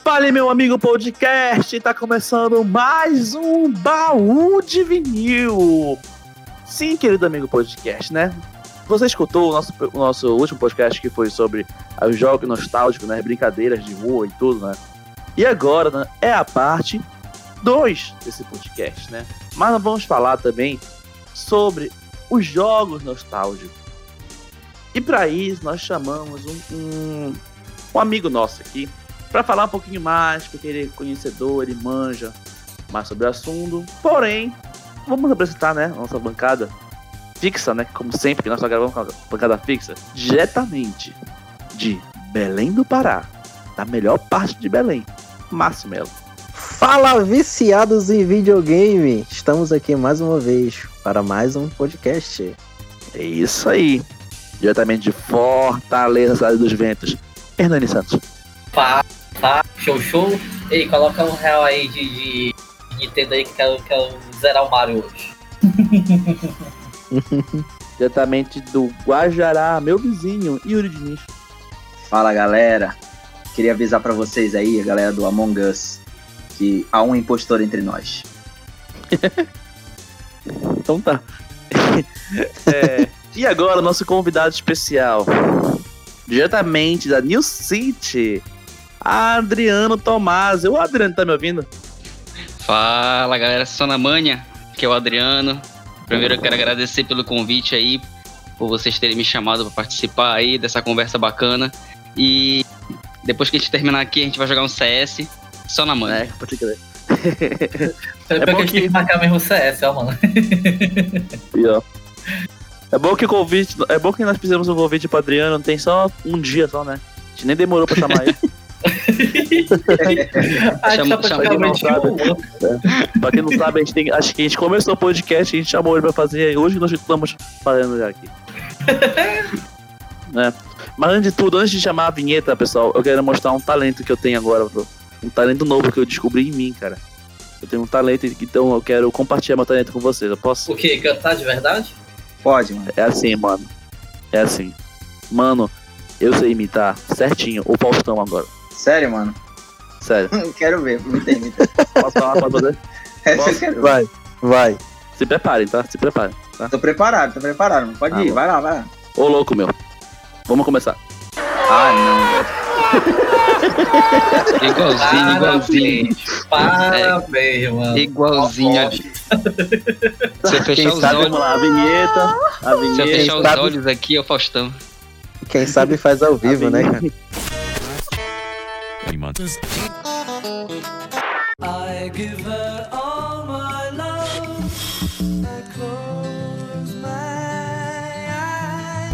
Fale, meu amigo podcast, tá começando mais um Baú de Vinil. Sim, querido amigo podcast, né? Você escutou o nosso último podcast que foi sobre os jogos nostálgicos, né? Brincadeiras de rua e tudo, né? E agora, né, é a parte 2 desse podcast, né? Mas nós vamos falar também sobre os jogos nostálgicos. E para isso nós chamamos um amigo nosso aqui para falar um pouquinho mais, porque ele é conhecedor, ele manja mais sobre o assunto. Porém, vamos apresentar, né, a nossa bancada fixa, né, como sempre que nós só gravamos com a bancada fixa, diretamente de Belém do Pará, da melhor parte de Belém, Márcio Melo. Fala, viciados em videogame! Estamos aqui mais uma vez para mais um podcast. É isso aí, diretamente de Fortaleza, cidade dos ventos, Hernani Santos. Tá, show. Ei, coloca R$1 aí de Nintendo aí que eu quero zerar o Mario hoje. Diretamente do Guajará, meu vizinho, Yuri Diniz. Fala, galera. Queria avisar pra vocês aí, a galera do Among Us, que há um impostor entre nós. Então tá. E agora, nosso convidado especial, diretamente da New City, Adriano Tomás. O Adriano, tá me ouvindo? Fala, galera, sou na manha, que é o Adriano. Primeiro eu quero agradecer pelo convite aí, por vocês terem me chamado para participar aí dessa conversa bacana. E depois que a gente terminar aqui, a gente vai jogar um CS só na manha. Pode crer. É bom que a gente tem que marcar mesmo o CS, ó, mano. E, ó. É bom que o convite. É bom que nós fizemos um convite pro Adriano, tem só um dia só, né? A gente nem demorou pra chamar ele. Pra quem não sabe, acho que a gente começou o podcast, a gente chamou ele pra fazer. Hoje nós estamos fazendo já aqui. Mas antes de tudo, antes de chamar a vinheta, pessoal, eu quero mostrar um talento que eu tenho agora, um talento novo que eu descobri em mim, cara. Eu tenho um talento, então eu quero compartilhar meu talento com vocês. Eu posso? O quê? Cantar de verdade? Pode, mano. É assim, mano. É assim. Mano, eu sei imitar certinho o Faustão agora. Sério, mano? Sério. Quero ver, me tem. Posso falar pra você? Essa eu quero ver. Vai. Se preparem, tá? Se preparem, tá? Tô preparado, mano. Pode ir, bom. vai lá. Ô, louco, meu. Vamos começar. Ah, não, velho. Igualzinho. Parabéns, mano. Igualzinho ali. Se eu fechar os olhos. Vamos lá, a vinheta. Se eu fechar os olhos aqui, é o Faustão. Quem sabe faz ao vivo, né, cara? I give her all my love. I close my eyes.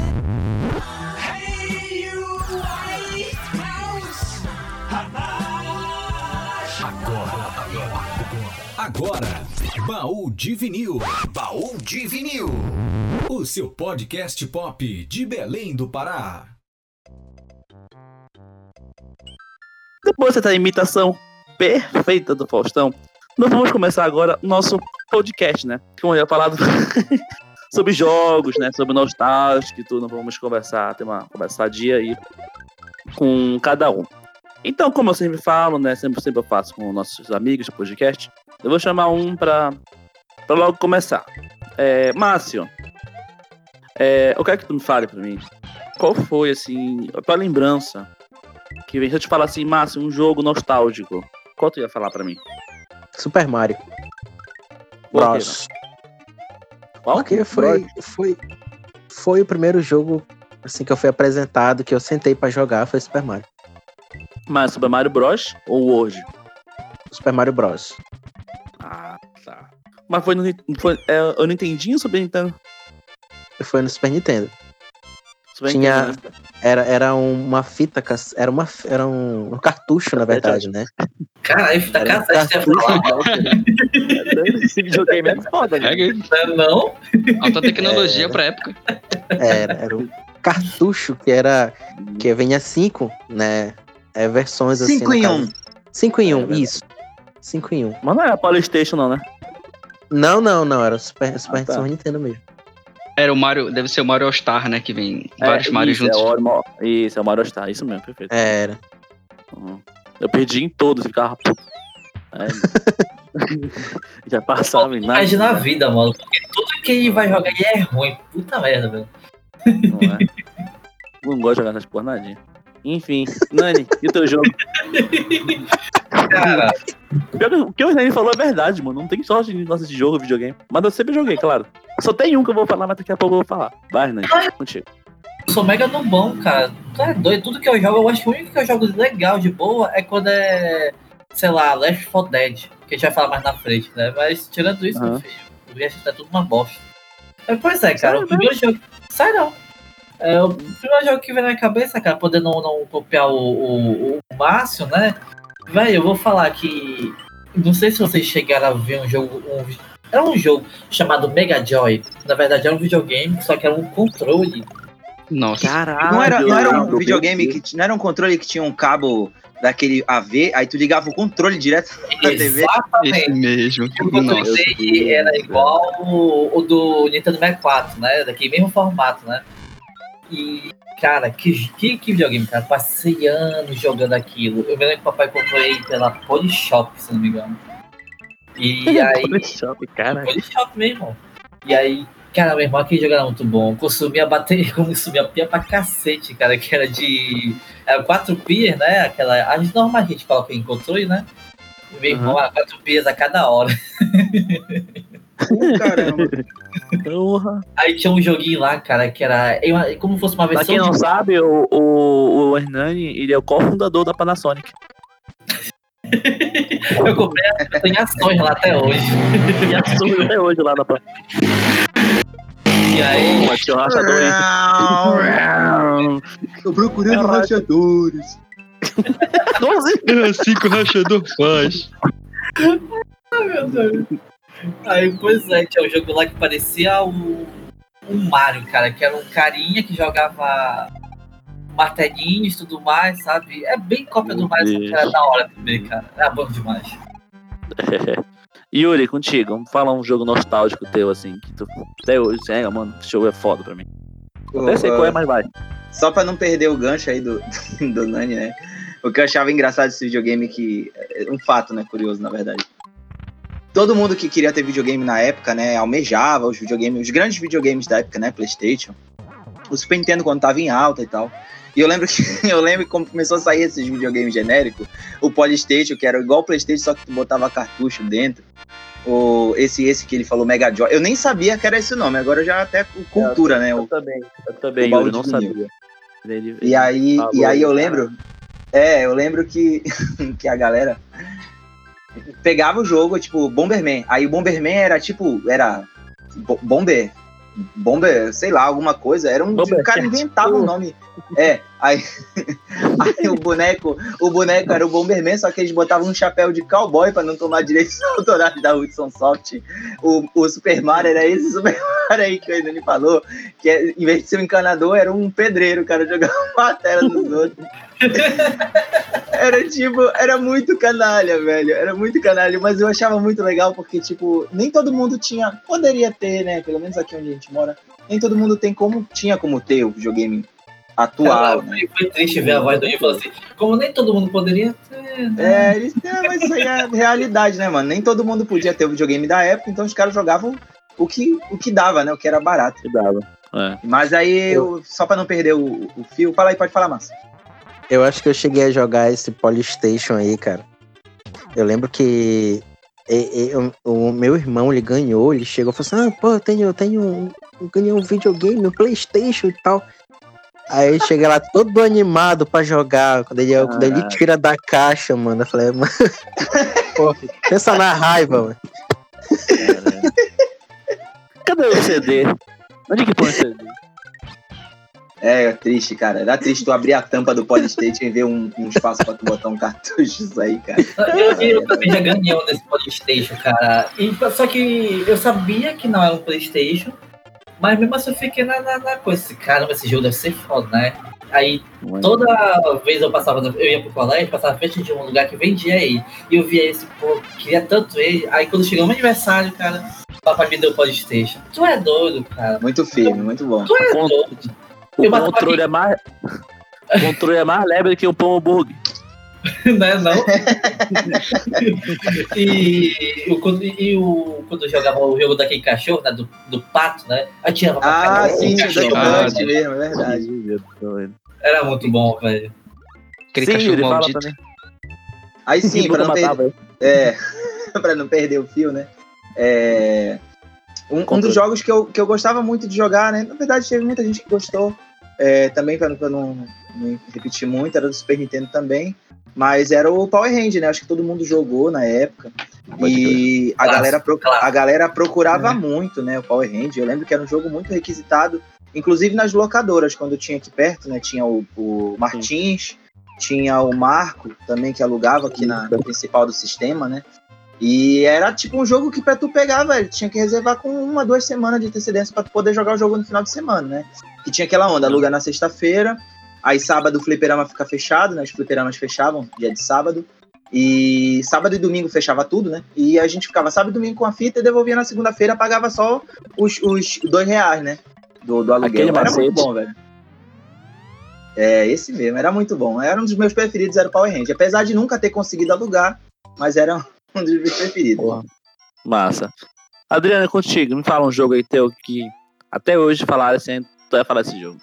Hey, you white mouse. Agora, Baú de Vinil. Baú de Vinil. O seu podcast pop de Belém do Pará. Depois dessa imitação perfeita do Faustão, nós vamos começar agora o nosso podcast, né? Como eu ia falar sobre jogos, né? Sobre nostálgica e tudo. Nós vamos conversar, ter uma conversadia aí com cada um. Então, como eu sempre falo, né? Sempre eu faço com nossos amigos do podcast, eu vou chamar um pra logo começar. Márcio, eu quero que tu me fale pra mim qual foi, assim, a tua lembrança que vem. Se eu te falar assim, Márcio, um jogo nostálgico, qual tu ia falar pra mim? Super Mario Bros. Qual? Porque foi o primeiro jogo assim que eu fui apresentado, que eu sentei pra jogar, foi Super Mario. Mas Super Mario Bros. Ou hoje? Super Mario Bros. Ah, tá. Mas foi eu não entendi o Super Nintendo. Foi no Super Nintendo. Super Tinha... Nintendo, né? Era uma fita, era um cartucho, na verdade, né? Caralho, fita cassete, você ia falar. Esse videogame é foda, né? Não? Alta tecnologia pra época. Era um cartucho que vinha 5, né? Versões assim. 5 em 1. 5 em 1, isso. 5 em 1. Mas não era PlayStation, não, né? Não, era Super tá. Nintendo mesmo. Era o Mario, deve ser o Mario All Star, né? Que vem vários Mario juntos. Isso, é o Mario All Star, isso mesmo, perfeito. Era. Uhum. Eu perdi em todos e ficava puto. Aí, já passava em nada. Imagina a vida, mano. Porque tudo que ele vai jogar aí é ruim. Puta merda, velho. Não é? Não gosto de jogar essas pornadinhas. Enfim, Nani, e o teu jogo? Cara, O que o Nani falou é verdade, mano. Não tem sorte de gosta de jogo, videogame. Mas eu sempre joguei, claro. Só tem um que eu vou falar, mas daqui a pouco eu vou falar. Vai, Nani, contigo. eu sou mega nubão, cara. Tu é doido. Tudo que eu jogo, eu acho que o único que eu jogo legal, de boa, é quando é, sei lá, Left 4 Dead. Que a gente vai falar mais na frente, né? Mas tirando isso, meu filho, o resto é tudo uma bosta. Pois é, cara. O primeiro jogo. Sai não. O primeiro jogo que vem na minha cabeça, cara, poder não copiar o Márcio, né? Velho, eu vou falar que. Não sei se vocês chegaram a ver um jogo. Era um jogo chamado Mega Joy. Na verdade, era um videogame, só que era um controle. Nossa. Caralho. Não era um eu videogame vi. que. Não era um controle que tinha um cabo daquele AV, aí tu ligava o controle direto na TV. Esse Exatamente. mesmo. O controle Nossa. dele era igual o do Nintendo 64, né? Daquele mesmo formato, né? E, cara, que videogame, cara. Passei anos jogando aquilo. Eu me lembro que o papai comprou ele pela Polishop, se não me engano. E aí. Polishop, cara. Polishop mesmo. E aí, cara, meu irmão, aquele jogo era muito bom. Consumia bateria, consumia pia pra cacete, cara. Que era de. Era 4 pias, né? Aquela. A gente normalmente a gente coloca em controle, né? E meu irmão, era 4 pias a cada hora. Caramba. Porra. Aí tinha um joguinho lá, cara, que era como fosse uma Pra versão quem não de... sabe, o Hernani, ele é o cofundador da Panasonic. Eu comprei, eu tenho ações lá até hoje. E assume até hoje lá na Panasonic. E aí, Mas tinha um rachador aí. Tô procurando rachadores. 12? 5 rachador faz. meu Deus. Aí, pois é, tinha um jogo lá que parecia um Mario, cara, que era um carinha que jogava martelinhos e tudo mais, sabe? É bem cópia do Mario, só que era da hora também, cara. Era bom demais. Yuri, contigo, fala um jogo nostálgico teu, assim, que tu até hoje, mano, esse jogo é foda pra mim. Até sei qual é, mas vai. Só pra não perder o gancho aí do Nani, né? O que eu achava engraçado desse videogame que... É um fato, né? Curioso, na verdade. Todo mundo que queria ter videogame na época, né? Almejava os videogames, os grandes videogames da época, né? PlayStation. O Super Nintendo quando tava em alta e tal. E eu lembro que como começou a sair esses videogames genéricos. O Polystation, que era igual o PlayStation, só que tu botava cartucho dentro. Esse que ele falou, Mega Joy. Eu nem sabia que era esse o nome. Agora já até cultura, né? Eu também, o baú Yuri, não de vinil. sabia. Ele E aí falou, eu lembro... eu lembro que a galera pegava o jogo, tipo, Bomberman. Aí o Bomberman era tipo, Bomber, sei lá, alguma coisa. Era um... Bomber O cara Cat. inventava um nome. Aí o boneco era o Bomberman, só que eles botavam um chapéu de cowboy pra não tomar direitos autorais da Hudson Soft. O Super Mario era esse Super Mario aí que o Edani falou, que em vez de ser um encanador, era um pedreiro, o cara jogava matéria nos outros. Era muito canalha, velho. Era muito canalha, mas eu achava muito legal porque, tipo, nem todo mundo poderia ter, né? Pelo menos aqui onde a gente mora, nem todo mundo tinha como ter o videogame atual, né? Foi triste ver a voz do Rio e falar assim, como nem todo mundo poderia ter, né? Mas isso aí é realidade, né, mano? Nem todo mundo podia ter o videogame da época, então os caras jogavam o que dava, né? O que era barato. que dava. É. Mas aí, só pra não perder o fio, fala aí, pode falar, Márcio. Eu acho que eu cheguei a jogar esse Polystation aí, cara. Eu lembro que o meu irmão, ele ganhou, ele chegou e falou assim, eu ganhei um videogame, um PlayStation e tal. Aí ele chega lá todo animado pra jogar, quando ele tira da caixa, mano, eu falei, mano, pô, pensa na raiva, mano. Cadê o CD? Onde que põe o CD? É triste, cara. Era triste tu abrir a tampa do Polystation e ver um espaço pra tu botar um cartucho, isso aí, cara. Eu também já ganhei um desse PlayStation, cara. Só que eu sabia que não era um PlayStation, mas mesmo assim eu fiquei na coisa assim, caramba, esse jogo deve ser foda, né? Aí toda vez eu ia pro colégio, passava frente de um lugar que vendia ele. E eu via esse, pô, queria tanto ele. Aí quando chegou o meu aniversário, cara, o papai me deu o PlayStation. Tu é doido, cara. Muito firme, muito bom. Tu é doido. O controle é mais leve do que o pão hambúrguer. Né, não? Quando eu jogava o jogo daquele cachorro, né? Do pato, né? Atirava pra Ah, caralho, sim, o cachorro. Duck Ah, Hunt mesmo, é verdade. Era muito bom, velho. Aquele Sim, cachorro ele fala maldito. também. Aí sim, Nunca pra não matava perder. Pra não perder o fio, né? Um dos jogos que eu gostava muito de jogar, né? Na verdade, teve muita gente que gostou. Também, pra não repetir muito, era do Super Nintendo também. Mas era o Power Ranger, né? Acho que todo mundo jogou na época. E a galera procurava muito, né? O Power Ranger. Eu lembro que era um jogo muito requisitado, inclusive nas locadoras, quando eu tinha aqui perto, né? Tinha o Martins, tinha o Marco também, que alugava aqui na principal do sistema, né? E era tipo um jogo que pra tu pegar, velho, tinha que reservar com 1, 2 semanas de antecedência pra tu poder jogar o jogo no final de semana, né? Que tinha aquela onda, aluga na sexta-feira, aí sábado o fliperama fica fechado, né? Os fliperamas fechavam dia de sábado. E sábado e domingo fechava tudo, né? E a gente ficava sábado e domingo com a fita e devolvia na segunda-feira, pagava só os R$2, né? Do aluguel. Aquele Era macete. muito bom, velho. Esse mesmo, era muito bom. Era um dos meus preferidos, era o Power Ranger. Apesar de nunca ter conseguido alugar, mas era um dos meus preferidos. Porra. Massa. Adriana, contigo, me fala um jogo aí teu que até hoje falaram assim, tu ia falar desse jogo.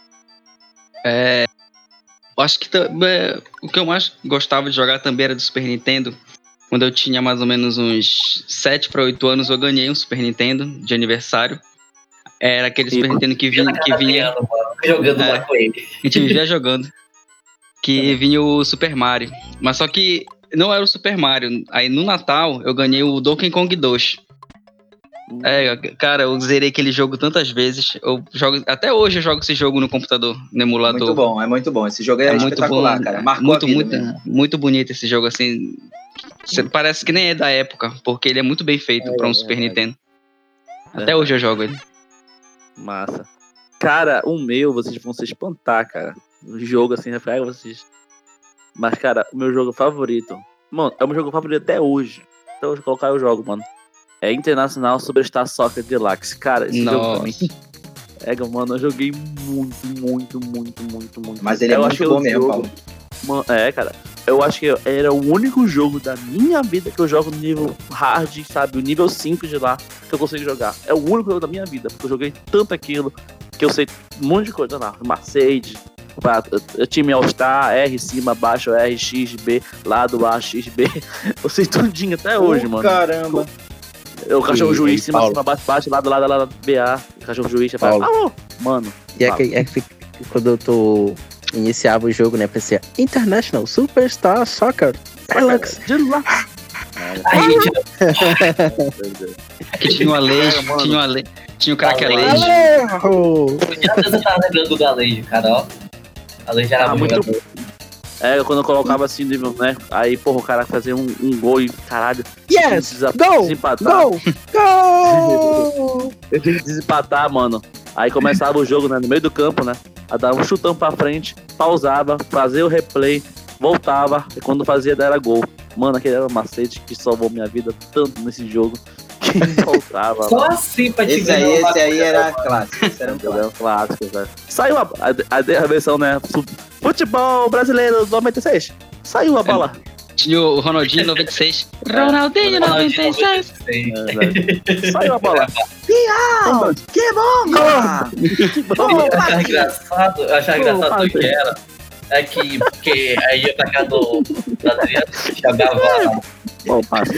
Eu acho que o que eu mais gostava de jogar também era do Super Nintendo. Quando eu tinha mais ou menos uns 7 para 8 anos, eu ganhei um Super Nintendo de aniversário. Era aquele Super Nintendo que vinha. Jogando lá com ele. A gente vivia jogando. Que vinha o Super Mario. Mas só que não era o Super Mario. Aí no Natal eu ganhei o Donkey Kong 2. Cara, eu zerei aquele jogo tantas vezes. Até hoje eu jogo esse jogo no computador, no emulador. É muito bom. Esse jogo é espetacular, bom, cara. Marcou a vida mesmo. Muito bonito esse jogo, assim. Parece que nem é da época, porque ele é muito bem feito pra um Super Nintendo. Até hoje eu jogo ele. Massa. Cara, o meu, vocês vão se espantar, cara. O jogo, assim, pega vocês. Mas, cara, o meu jogo favorito... Mano, é o meu jogo favorito até hoje. Até hoje colocar eu jogo, mano. É Internacional Superstar Soccer Deluxe. Cara, esse jogo pra mim... mano, eu joguei muito. Mas ele é muito bom mesmo, Paulo. Mano, cara. Eu acho que era o único jogo da minha vida que eu jogo no nível hard, sabe? O nível 5 de lá que eu consigo jogar. É o único jogo da minha vida, porque eu joguei tanto aquilo que eu sei um monte de coisa lá. Macede, time All-Star, R cima, baixo, R, X, B, lado A, X, B. Eu sei tudinho até hoje, mano. Caramba. O cachorro juiz, cima, baixo, lado, BA. O cachorro juiz, mano. E é que quando eu tô... iniciava o jogo, né? Pensei, International Superstar Soccer Deluxe. Aí, gente, Que tinha o Alejo, tinha o craque Alejo. eu tava lembrando do Galejo, cara, ó. Alejo era muito bom. Quando eu colocava assim, né? Aí, porra, o cara fazia um gol e caralho. Yes! Go! Eu tinha que desempatar, mano. Aí começava o jogo, né? No meio do campo, né? A dar um chutão pra frente, pausava, fazia o replay, voltava, e quando fazia era gol. Mano, aquele era um macete que salvou minha vida tanto nesse jogo que voltava. Só assim pra te Esse aí era clássico. Esse era um clássico, velho. Saiu a versão, né? Futebol brasileiro 96. Saiu a bola. Tinha o Ronaldinho 96. Ronaldinho 96. Saiu a bola. Piau! Que bom, cara! Eu achava engraçado que era. É que porque aí ia pra casa do Adriano, jogava. Bom, passa.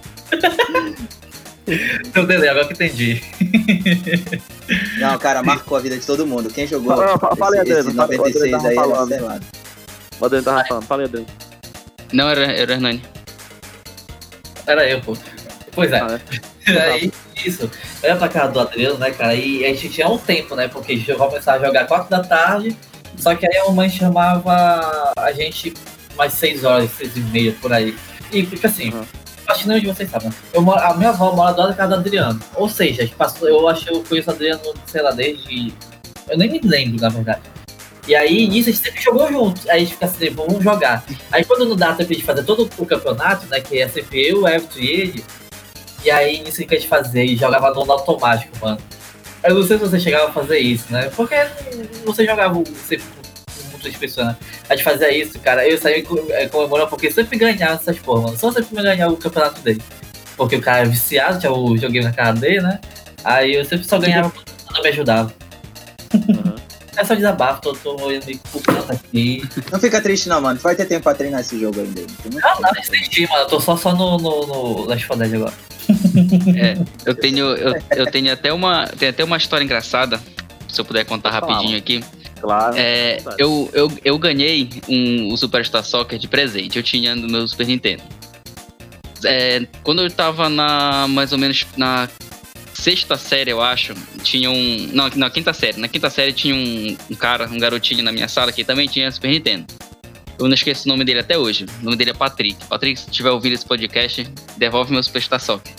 Meu Deus, agora que entendi. Não, cara, marcou a vida de todo mundo. Quem jogou esse 96 aí era selado. O Adriano tava falando, fala aí, Adriano. Não, era o Hernani. Era eu, pô. Pois é. Aí, isso. Eu ia pra casa do Adriano, né, cara? E a gente tinha um tempo, né? Porque a gente começava a jogar 4 da tarde. Só que aí a mamãe chamava a gente mais 6 horas, 6h30, por aí. E fica assim, acho que nenhum de vocês sabe, né? A minha avó mora do lado da casa do Adriano. Ou seja, a gente passou, eu acho que eu conheço o Adriano, sei lá, desde... Eu nem me lembro, na verdade. E aí, nisso, a gente sempre jogou junto. Aí a gente fica assim, vamos jogar. Aí quando não dá tempo de fazer todo o campeonato, né, que é sempre eu, o Everton e ele, e aí nisso que a gente fazia e jogava no automático, mano. Eu não sei se você chegava a fazer isso, né? Porque você jogava sempre com três pessoas, né? A gente fazia isso, cara. Eu saía comemorando porque sempre ganhava essas porra, mano. Só sempre me ganhava o campeonato dele. Porque o cara é viciado, tinha o joguinho na cara dele, né? Aí eu sempre só ganhava quando me ajudava. É só desabafo, tô me culpando aqui. Não fica triste não, mano. Tu vai ter tempo pra treinar esse jogo ainda. Não, desisti, mano. Eu tô só no Last 4 Dead agora. Eu tenho até uma história engraçada, se eu puder contar rapidinho aqui. Claro. Eu ganhei o Superstar Soccer de presente. Eu tinha no meu Super Nintendo. Quando eu tava mais ou menos na sexta série, eu acho, tinha Não, na quinta série. Na quinta série tinha um garotinho na minha sala que também tinha Super Nintendo. Eu não esqueço o nome dele até hoje. O nome dele é Patrick. Patrick, se estiver ouvindo esse podcast, devolve meu Superstar Soccer.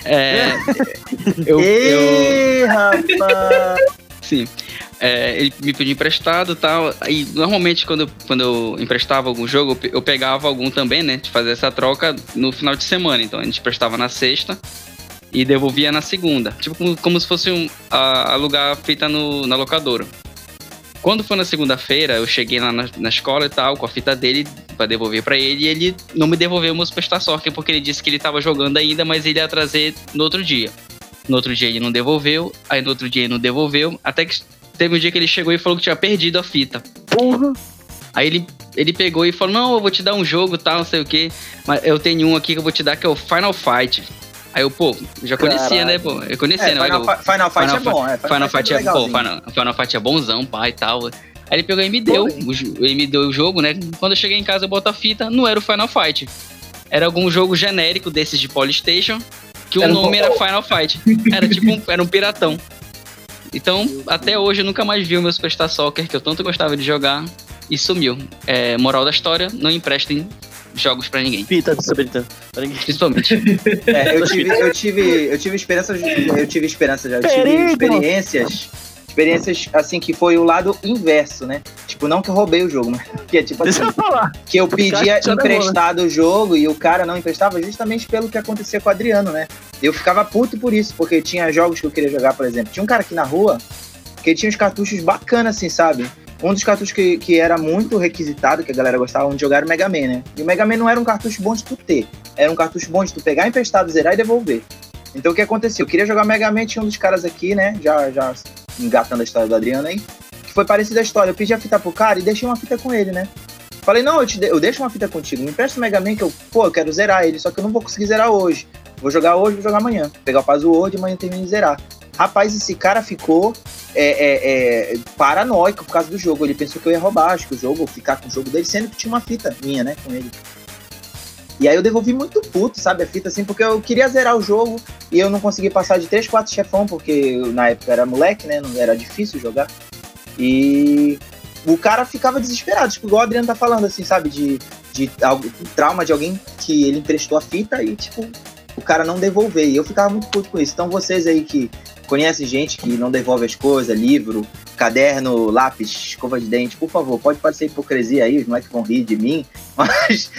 Rapaz! Sim. Ele me pediu emprestado e tal. E normalmente quando eu emprestava algum jogo, eu pegava algum também, né? De fazer essa troca no final de semana. Então a gente emprestava na sexta e devolvia na segunda. Tipo como se fosse alugar fita na locadora. Quando foi na segunda-feira, eu cheguei lá na escola e tal, com a fita dele, pra devolver pra ele, e ele não me devolveu o meu Superstar Soccer, porque ele disse que ele tava jogando ainda, mas ele ia trazer no outro dia. No outro dia ele não devolveu, aí no outro dia ele não devolveu, até que teve um dia que ele chegou e falou que tinha perdido a fita. Porra! Aí ele pegou e falou, não, eu vou te dar um jogo, tal, não sei o que, mas eu tenho um aqui que eu vou te dar, que é o Final Fight. Aí eu, já conhecia, né, pô? Eu conhecia, né? Final Fight é bom, Final Fight é bom, Final Fight é bonzão, pai e tal. Aí ele pegou e me deu, ele me deu o jogo, né? Quando eu cheguei em casa, eu boto a fita, não era o Final Fight. Era algum jogo genérico desses de Polystation, que o nome era Final Fight. Era tipo era um piratão. Então, até hoje, eu nunca mais vi o meu Superstar Soccer, que eu tanto gostava de jogar, e sumiu. Moral da história, não emprestem jogos pra ninguém. Fita do Super Nintendo. Principalmente. Eu tive experiências assim que foi o lado inverso, né? Tipo, não que eu roubei o jogo, mas que é tipo assim, que eu pedia emprestado o jogo e o cara não emprestava justamente pelo que acontecia com o Adriano, né? Eu ficava puto por isso, porque tinha jogos que eu queria jogar, por exemplo. Tinha um cara aqui na rua que tinha uns cartuchos bacanas, assim, sabe? Um dos cartuchos que era muito requisitado, que a galera gostava de jogar, era o Mega Man, né? E o Mega Man não era um cartucho bom de tu ter. Era um cartucho bom de tu pegar emprestado, zerar e devolver. Então o que aconteceu? Eu queria jogar Mega Man, tinha um dos caras aqui, né? Já engatando a história do Adriano aí. Que foi parecida a história. Eu pedi a fita pro cara e deixei uma fita com ele, né? Falei, não, eu deixo uma fita contigo. Me empresta o Mega Man que eu quero zerar ele. Só que eu não vou conseguir zerar hoje. Vou jogar hoje, vou jogar amanhã. Vou pegar o Password e amanhã termino de zerar. Rapaz, esse cara ficou paranoico por causa do jogo. Ele pensou que eu ia roubar, acho que o jogo, ficar com o jogo dele, sendo que tinha uma fita minha, né, com ele. E aí eu devolvi muito puto, sabe, a fita, assim, porque eu queria zerar o jogo e eu não consegui passar de 3, 4 chefão, porque eu, na época era moleque, né, não era difícil jogar. E o cara ficava desesperado, tipo, igual o Adriano tá falando, assim, sabe, de trauma de alguém que ele emprestou a fita e, tipo, o cara não devolver. E eu ficava muito puto com isso. Então vocês aí que conhecem gente que não devolve as coisas, livro, caderno, lápis, escova de dente, por favor, pode parecer hipocrisia aí, os moleques vão rir de mim, mas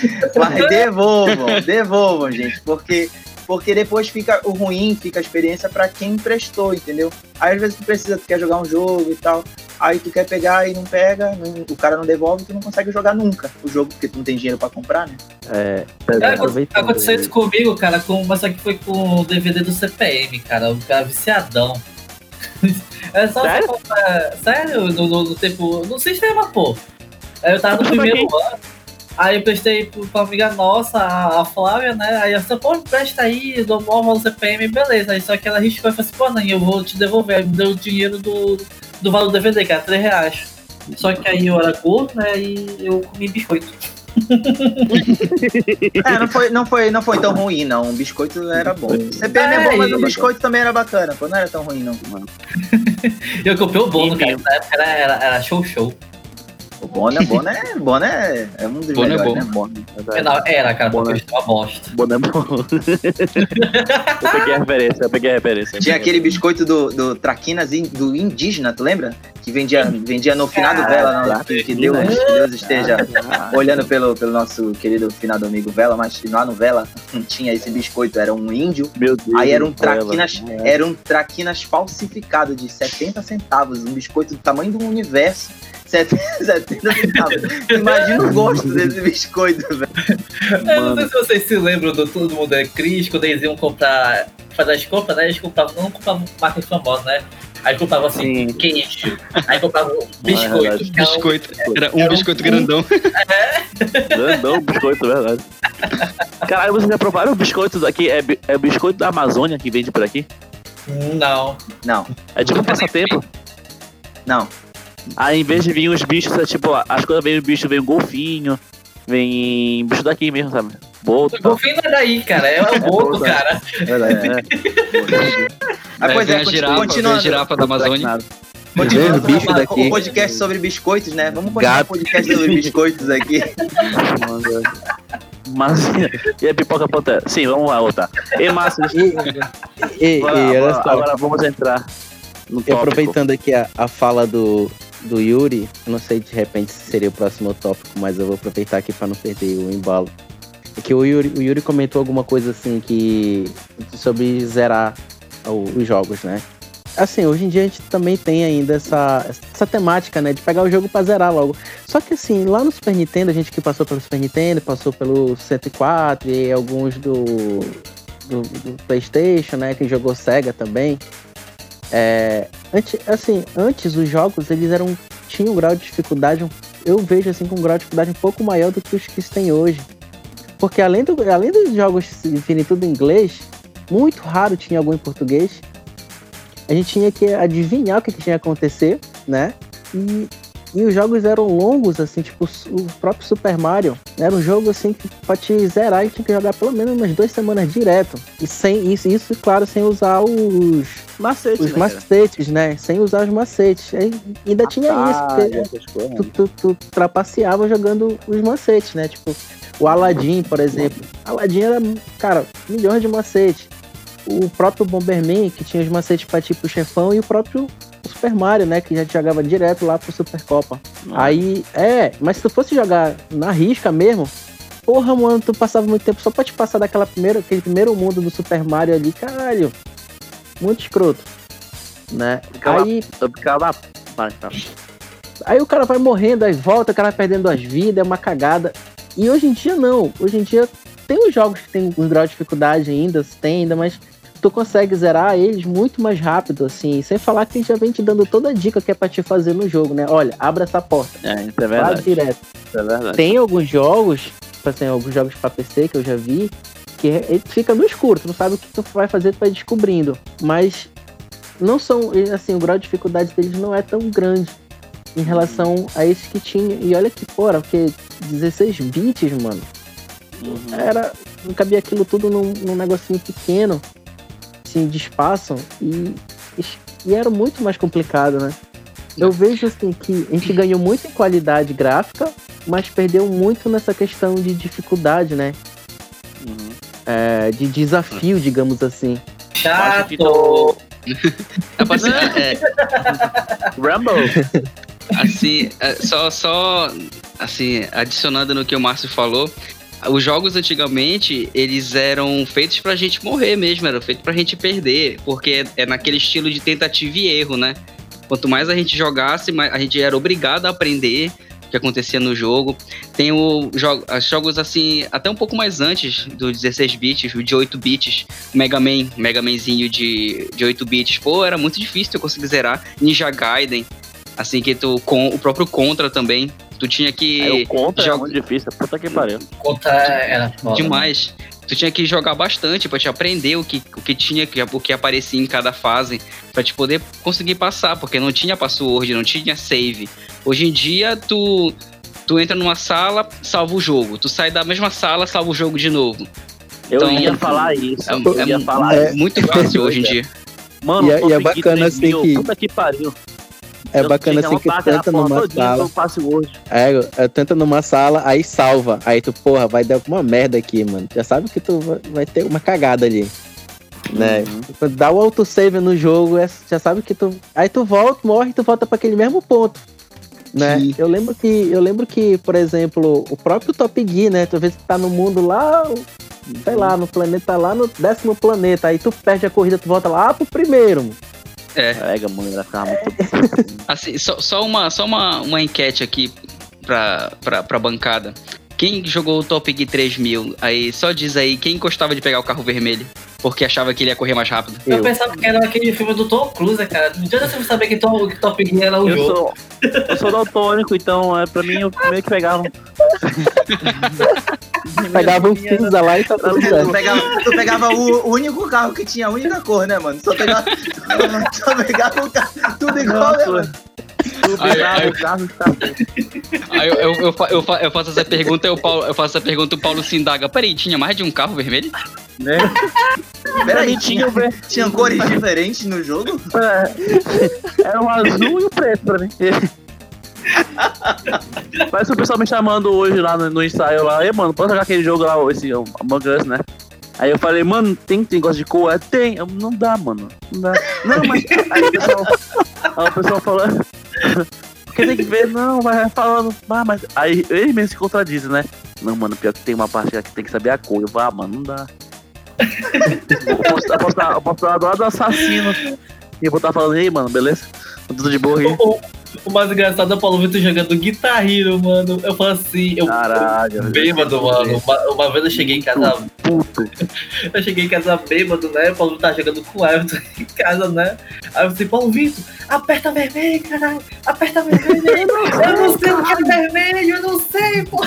devolvam, gente, porque depois fica o ruim, fica a experiência pra quem emprestou, entendeu? Aí às vezes tu quer jogar um jogo e tal, aí tu quer pegar e não pega, o cara não devolve, tu não consegue jogar nunca o jogo, porque tu não tem dinheiro pra comprar, né? Aconteceu isso comigo, cara, mas só que foi com o DVD do CPM, cara, o cara viciadão. É só sério? Você comprar, sério, no tempo, no sistema, pô. Aí eu tava no primeiro ano, aí eu prestei pra uma amiga nossa, a Flávia, né? Aí eu falei, pô, empresta aí, eu dou uma valor CPM, beleza. Aí só que ela riscou e falou assim, pô, Nan, eu vou te devolver. Aí me deu o dinheiro do valor do DVD, que era R$3. Só que aí eu era gordo, né? E eu comi biscoito. Não foi tão ruim, não. O biscoito era bom. CPM é bom, mas o biscoito também era bacana, pô. Não era tão ruim, não. Eu comprei o Bono, cara. Na época era show. O Bono é um dos melhores, né? Bono. Era, cara, porque eu uma bosta. Bono é bom. Eu peguei a referência. Tinha aquele biscoito do Traquinas do indígena, tu lembra? Que vendia no finado Vela, não, que Deus esteja olhando pelo nosso querido finado amigo Vela, mas lá no Vela não tinha esse biscoito, era um índio. Meu Deus. Aí era um Traquinas falsificado de 70 centavos, um biscoito do tamanho do universo, 70 centavos. Imagina o gosto desse biscoito, velho. Eu não sei se vocês se lembram do Todo Mundo é Cris, quando eles iam comprar, fazer as compras, né? Eles compravam, não compravam marcas famosas, né? Aí compravam assim, queijo. Aí compravam biscoito. Então, Biscoito. Era um biscoito grandão. Grandão, biscoito, verdade. Caralho, vocês já provaram o biscoito daqui? É biscoito da Amazônia que vende por aqui? Não. Não, É tipo um passatempo. não. Aí em vez de vir os bichos, é tipo, as coisas vem o bicho, vem um golfinho, vem bicho daqui mesmo, sabe? Boto. O golfinho não é daí, cara. É o boto, boto, cara. Pois Vem é, a girafa, continuando. a girafa da Amazônia. Continuando Vem o bicho daqui. o podcast sobre biscoitos, né? Vamos continuar o Gato. podcast sobre biscoitos aqui. Mas, e a pipoca pantera? Sim, vamos lá, voltar. E Márcio, Olha só. agora vamos entrar no E tópico. aproveitando aqui a fala do Yuri, eu não sei de repente se seria o próximo tópico, mas eu vou aproveitar aqui para não perder o embalo. É que o Yuri comentou alguma coisa assim sobre zerar os jogos, né? Assim, hoje em dia a gente também tem ainda essa temática, né, de pegar o jogo pra zerar logo. Só que assim, lá no Super Nintendo, a gente que passou pelo Super Nintendo, passou pelo 104 e alguns do PlayStation, né, que jogou Sega também. Antes os jogos, eles tinham um grau de dificuldade, eu vejo assim, com um grau de dificuldade um pouco maior do que os que se tem hoje. Porque além dos jogos virem tudo em inglês, muito raro tinha algum em português. A gente tinha que adivinhar o que tinha que acontecer, né? E os jogos eram longos, assim, tipo o próprio Super Mario. Era um jogo, assim, que pra te zerar, a gente tinha que jogar pelo menos umas 2 semanas direto. E sem isso, claro, sem usar os macetes, né? Sem usar os macetes. Aí ainda tinha isso, porque tu trapaceava jogando os macetes, né? Tipo, o Aladdin, por exemplo. Aladdin era, cara, milhões de macetes. O próprio Bomberman, que tinha os macetes pra tipo o chefão, e o próprio Super Mario, né? Que já jogava direto lá pro Supercopa. Aí, mas se tu fosse jogar na risca mesmo, porra, mano, tu passava muito tempo só pra te passar aquele primeiro mundo do Super Mario ali, caralho. Muito escroto, né? Aí o cara vai morrendo, aí volta, o cara vai perdendo as vidas, é uma cagada. E hoje em dia não. Hoje em dia tem os jogos que tem um grau de dificuldade ainda, mas tu consegue zerar eles muito mais rápido, assim. Sem falar que a gente já vem te dando toda a dica que é pra te fazer no jogo, né? Olha, abra essa porta. Isso é verdade. Vai direto. Isso é verdade. Tem alguns jogos, assim, alguns jogos pra PC que eu já vi, que ele fica no escuro, tu não sabe o que tu vai fazer, tu vai descobrindo. Mas não são, assim, o grau de dificuldade deles não é tão grande em relação a esses que tinha. E olha que, porra, porque 16 bits, mano. Não cabia aquilo tudo num negocinho pequeno, assim, de espaço, e era muito mais complicado, né? Eu vejo, assim, que a gente ganhou muito em qualidade gráfica, mas perdeu muito nessa questão de dificuldade, né? De desafio, digamos assim. Chato! Rumble! Assim, só assim, adicionando no que o Márcio falou, os jogos antigamente, eles eram feitos pra gente morrer mesmo, eram feitos pra gente perder, porque é naquele estilo de tentativa e erro, né? Quanto mais a gente jogasse, mais a gente era obrigado a aprender o que acontecia no jogo. Tem os jogos assim, até um pouco mais antes do 16 bits, o de 8 bits, o Megamanzinho de 8 bits, pô, era muito difícil eu conseguir zerar. Ninja Gaiden, assim, que o próprio Contra também, tu tinha que... o Contra é muito difícil, puta que pariu. Contra era foda. Demais. Tu tinha que jogar bastante pra te aprender o que aparecia em cada fase, pra te poder conseguir passar, porque não tinha password, não tinha save. Hoje em dia, tu entra numa sala, salva o jogo. Tu sai da mesma sala, salva o jogo de novo. Eu ia falar isso. É muito fácil hoje em dia. Mano, e é bacana assim que... Puta que pariu. É bacana assim que tu entra numa sala. Tu entra numa sala, aí salva. Aí tu, porra, vai dar alguma merda aqui, mano. Já sabe que tu vai ter uma cagada ali. Né? Quando dá o autosave no jogo, já sabe que tu. Aí tu volta, morre e tu volta pra aquele mesmo ponto. Né? Eu lembro que, por exemplo, o próprio Top Gear, né? Tu às vezes tá no mundo lá, sei lá, no planeta lá, no 10º planeta. Aí tu perde a corrida, tu volta lá pro primeiro, mano. Pega, mano, ela ficava muito. Assim, só uma enquete aqui pra bancada. Quem jogou o Top Gear 3000? Aí, só diz aí, quem gostava de pegar o carro vermelho? Porque achava que ele ia correr mais rápido. Eu pensava que era aquele filme do Tom Cruise, cara. Não adianta você saber que Top Gear era o jogo. Eu sou daltônico, então pra mim eu meio que pegava. Pegava um cinza lá e tá tudo certo. Tu pegava o único carro que tinha a única cor, né, mano? Só pegava o carro, tudo igual, né, mano? Aí eu faço essa pergunta e eu faço essa pergunta e o Paulo se indaga. Peraí, tinha mais de um carro vermelho? Né? Peraí, tinha cores diferentes no jogo? Era um azul e um preto pra mim. Parece o pessoal me chamando hoje lá no ensaio lá. Ei, mano, pode jogar aquele jogo lá, esse Among Us, né? Aí eu falei, mano, tem negócio de cor? Tem. Não dá, mano. Não dá. Não, mas aí o pessoal falando. Porque tem que ver, não, vai falando. Mas aí ele mesmo se contradiz, né? Não, mano, pior que tem uma parte que tem que saber a cor. Eu vou, mano, não dá. Eu posso estar do lado do assassino. E eu vou estar falando, ei, mano, beleza? Tudo de boa aí. O mais engraçado é o Paulo Vitor jogando Guitar Hero, mano. Eu falo assim, Caralho. Bêbado, mano. Uma vez eu cheguei em casa. Puto. Eu cheguei em casa bêbado, né? O Paulo Vitor tava jogando com o Everton em casa, né? Aí eu falei, Paulo Vitor, aperta vermelho, caralho. Aperta vermelho. Eu não sei o que é vermelho, eu não sei, pô.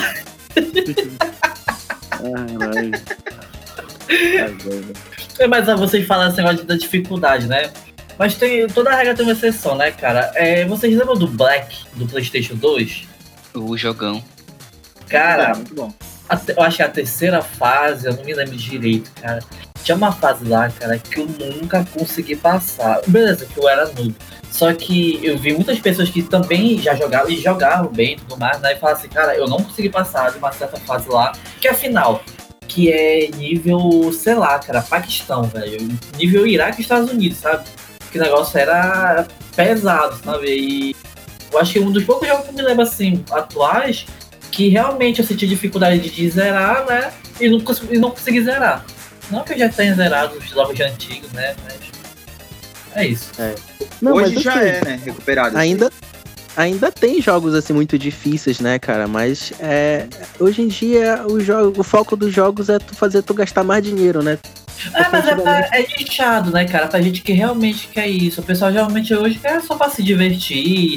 Mas vocês falaram esse negócio da dificuldade, né? Mas toda regra tem uma exceção, né, cara? Vocês lembram do Black, do PlayStation 2? O jogão. Cara, muito bom. Eu acho que a terceira fase, eu não me lembro direito, cara. Tinha uma fase lá, cara, que eu nunca consegui passar. Beleza, que eu era noob. Só que eu vi muitas pessoas que também já jogavam e jogavam bem e tudo mais, né? E falaram assim, cara, eu não consegui passar de uma certa fase lá, que é a final. Que é nível, sei lá, cara, Paquistão, velho. Nível Iraque e Estados Unidos, sabe? Que o negócio era pesado, sabe? E eu acho que um dos poucos jogos que eu me lembro, assim, atuais, que realmente eu senti dificuldade de zerar, né? E não consegui zerar. Não que eu já tenha zerado os jogos antigos, né? Mas é isso. Não, Hoje mas, já assim, é, né? Recuperado. Ainda tem jogos assim muito difíceis, né, cara? Mas hoje em dia o foco dos jogos é tu gastar mais dinheiro, né? Mas é nichado, né, cara? Pra gente que realmente quer isso. O pessoal geralmente hoje quer só pra se divertir.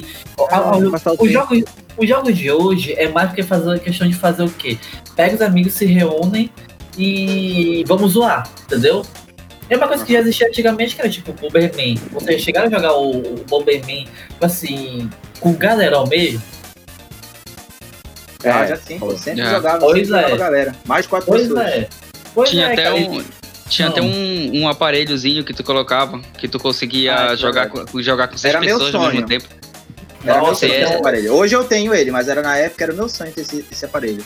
Os jogos de hoje é mais do que fazer questão de fazer o quê? Pega os amigos, se reúnem e vamos zoar, entendeu? É uma coisa que já existia antigamente, que era tipo o Bomberman. Vocês chegaram a jogar o Bomberman, tipo assim, com galerão mesmo? Já sim, eu sempre Já. jogava, Pois sempre é. jogava com a galera. Mais 4 Pois pessoas. é. Pois Tinha é, até cara. Tinha até um aparelhozinho que tu colocava, que tu conseguia jogar com 6 Era meu pessoas ao mesmo sonho. tempo. Era meu Nossa, sonho ter esse é. aparelho. Hoje eu tenho ele, mas era na época, era meu sonho ter esse aparelho.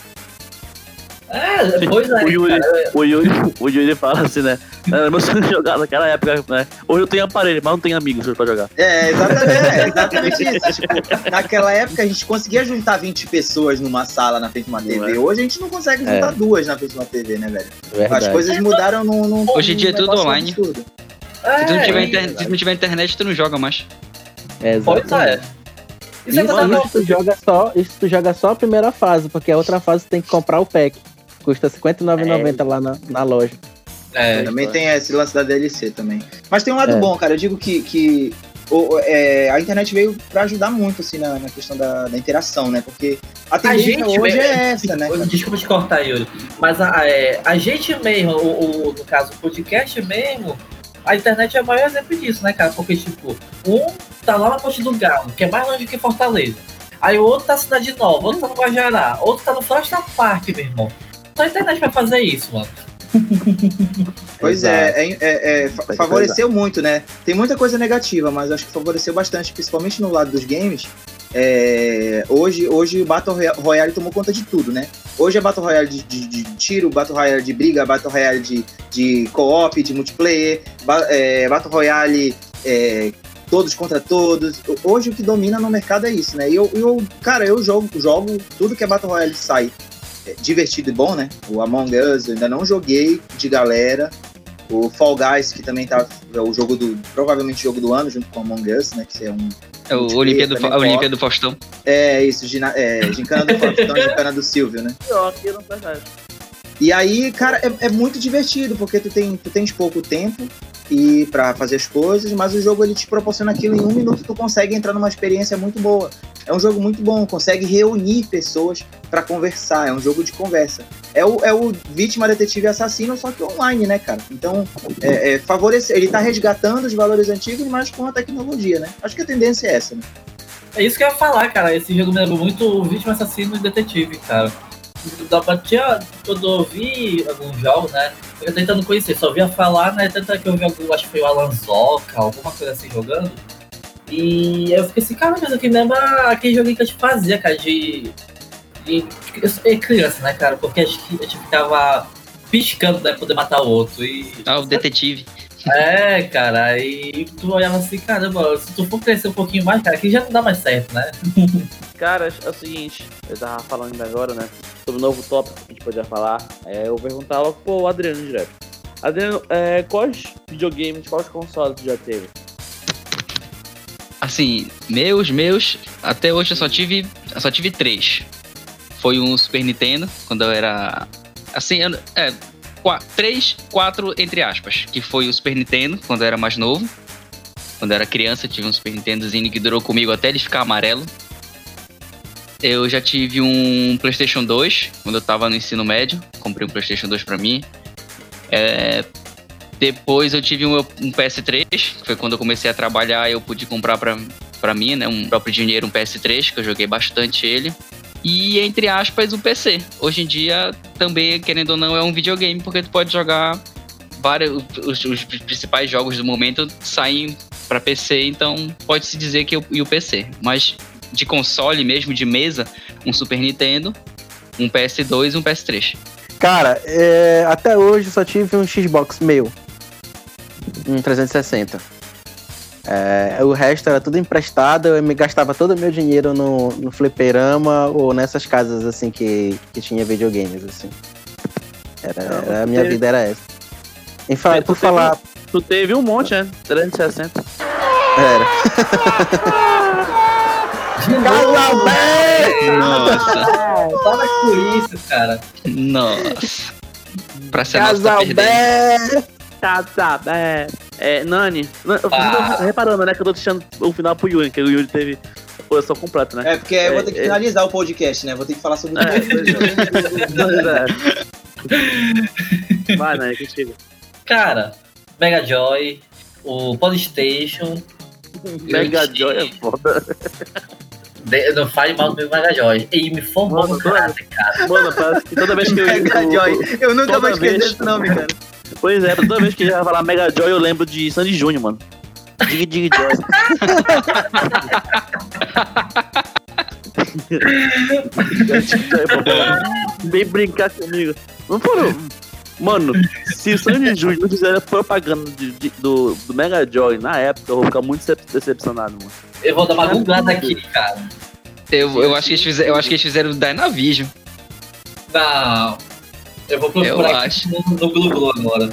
Pois é, cara. O Yuri fala assim, né? Era meu sonho jogar naquela época, né? Hoje eu tenho aparelho, mas não tenho amigos pra jogar. Exatamente isso. Tipo, naquela época a gente conseguia juntar 20 pessoas numa sala na frente de uma TV. Hoje a gente não consegue juntar 2 na frente de uma TV, né, velho? Verdade. As coisas mudaram num Hoje em dia é tudo negócio online. absurdo. Se tu não tiver internet, tu não joga mais. Pois é. Isso é Isso tu joga só a primeira fase, porque a outra fase tu tem que comprar o pack. Custa R$59,90 lá na loja. Também tem esse lance da DLC também. Mas tem um lado bom, cara. Eu digo que a internet veio pra ajudar muito, assim, na questão da interação, né? Porque a tendência hoje é essa, né? Cara? Desculpa te cortar, Yuri. Mas a gente mesmo, no caso, o podcast mesmo, a internet é o maior exemplo disso, né, cara? Porque, tipo, um tá lá na Ponte do Galo, que é mais longe que Fortaleza. Aí o outro tá na Cidade Nova, outro tá no Guajará, outro tá no Floresta Park, meu irmão. Só a internet vai fazer isso, mano. Pois favoreceu muito, né? Tem muita coisa negativa, mas acho que favoreceu bastante, principalmente no lado dos games. Hoje o Battle Royale tomou conta de tudo, né? Hoje é Battle Royale de tiro, Battle Royale de briga, Battle Royale de co-op, de multiplayer, Battle Royale todos contra todos. Hoje o que domina no mercado é isso, né? E eu jogo tudo que é Battle Royale sai divertido e bom, né? O Among Us eu ainda não joguei de galera. O Fall Guys, que também tá o jogo provavelmente o jogo do ano, junto com Among Us, né? Que é um... É o Olimpíada do Faustão. É, isso, Gincana do Faustão, Gincana do Silvio, né? Pior que não é verdade. E aí, cara, é muito divertido, porque tu tens pouco tempo e pra fazer as coisas, mas o jogo ele te proporciona aquilo em 1 minuto, tu consegue entrar numa experiência muito boa. É um jogo muito bom, consegue reunir pessoas pra conversar, é um jogo de conversa. É o Vítima, Detetive e Assassino, só que online, né, cara? Então, favorece, ele tá resgatando os valores antigos, mas com a tecnologia, né? Acho que a tendência é essa, né? É isso que eu ia falar, cara. Esse jogo me lembrou muito Vítima, Assassino e Detetive, cara. Quando eu vi alguns jogos, né? Eu tentando conhecer, só via falar, né? Tanto que eu vi algum, acho que foi o Alan Zoca, alguma coisa assim jogando. E aí eu fiquei assim, cara, mas aqui lembra aquele joguinho que a gente fazia, cara, de criança, né, cara? Porque a gente ficava piscando, né, pra poder matar o outro. O detetive. É, cara, aí tu olhava assim, caramba, se tu for crescer um pouquinho mais, cara, aqui já não dá mais certo, né? Cara, é o seguinte, eu tava falando ainda agora, né? Sobre o novo tópico que a gente podia falar. Eu vou perguntar logo pro Adriano direto. Adriano, quais videogames, quais consoles tu já teve? Assim, meus, até hoje eu só tive 3. Foi um Super Nintendo, quando eu era... Assim, 3, 4, entre aspas. Que foi o Super Nintendo, quando eu era mais novo. Quando eu era criança, eu tive um Super Nintendozinho que durou comigo até ele ficar amarelo. Eu já tive um PlayStation 2, quando eu tava no ensino médio. Comprei um PlayStation 2 pra mim. Depois eu tive um PS3, que foi quando eu comecei a trabalhar e eu pude comprar pra mim, né, um próprio dinheiro, um PS3, que eu joguei bastante ele. E, entre aspas, o PC. Hoje em dia, também, querendo ou não, é um videogame, porque tu pode jogar os principais jogos do momento saem pra PC, então pode-se dizer que o PC. Mas de console mesmo, de mesa, um Super Nintendo, um PS2 e um PS3. Cara, até hoje eu só tive um Xbox meu. Um 360. O resto era tudo emprestado, eu me gastava todo o meu dinheiro no fliperama ou nessas casas assim que tinha videogames, assim. A minha vida era essa. Por falar... Tu teve um monte, né? 360. Era. Nossa. Para com isso, cara. Nossa. Pra ser nosso tá perdendo. Nani, eu tô reparando, né, que eu tô deixando o final pro Yuri, que o Yuri teve a posição completa, né? Porque eu vou ter que finalizar o podcast, né? Vou ter que falar sobre Vai, Nani, que chega. Cara, Mega Joy, o PlayStation. Mega Joy é foda. Não fale mal do meu Mega Joy. E me formou no caráter, cara. Mano, parece que toda vez que Mega Joy. Eu nunca vou esquecer esse nome, cara. Pois é, toda vez que ele vai falar Mega Joy, eu lembro de Sandy Júnior, mano. Dig Joy. Vem brincar comigo. Mano, se o Sandy Júnior não fizer propaganda do Mega Joy na época, eu vou ficar muito decepcionado, mano. Eu vou dar uma googlada aqui, cara. Eu acho que eles fizeram o Dynavision. Não. Eu vou procurar aqui no Google agora.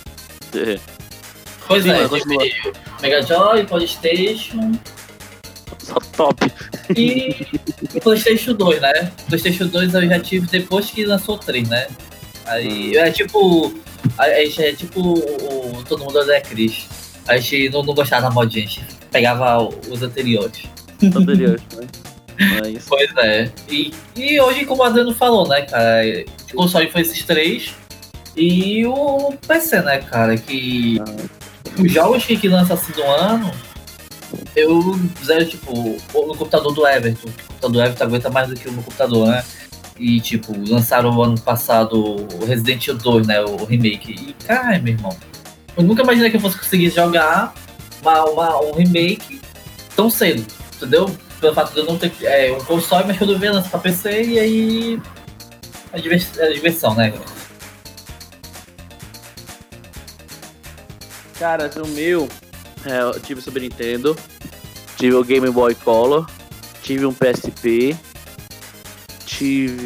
Pois Sim, tive Mega Joy, PlayStation. Só top. E o PlayStation 2, né? O PlayStation 2 eu já tive depois que lançou o 3, né? Aí é tipo. A gente é tipo o Todo Mundo é Chris. A gente não gostava da modinha, a gente pegava os anteriores. Né? É isso. Pois é. E hoje, como o Adriano falou, né, cara? O console foi esses 3. E o PC, né, cara? Que os jogos que lançam assim no ano, eu zero, tipo, no computador do Everton. O computador do Everton aguenta mais do que o meu computador, né? E, tipo, lançaram o ano passado o Resident Evil 2, né? O remake. E, cara, meu irmão, eu nunca imaginei que eu fosse conseguir jogar um remake tão cedo, entendeu? Pelo fato de eu não ter um console, mas quando eu vi lançar pra PC, e aí a diversão, né? Cara, o meu, eu tive o Super Nintendo, tive o Game Boy Color, tive um PSP,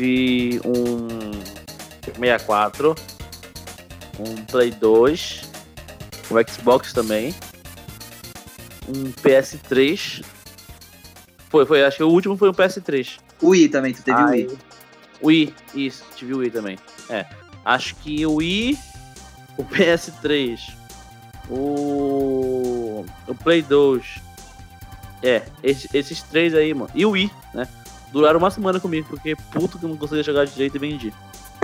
tive um 64, um Play 2 O Xbox também. Um PS3. Foi, acho que o último foi um PS3. O Wii também, tu teve o Wii. Wii, isso, tive o Wii também. Acho que o Wii, o PS3, o Play 2. Esses 3 aí, mano. E o Wii, né? Duraram uma semana comigo, porque puto que eu não conseguia jogar direito e vendi.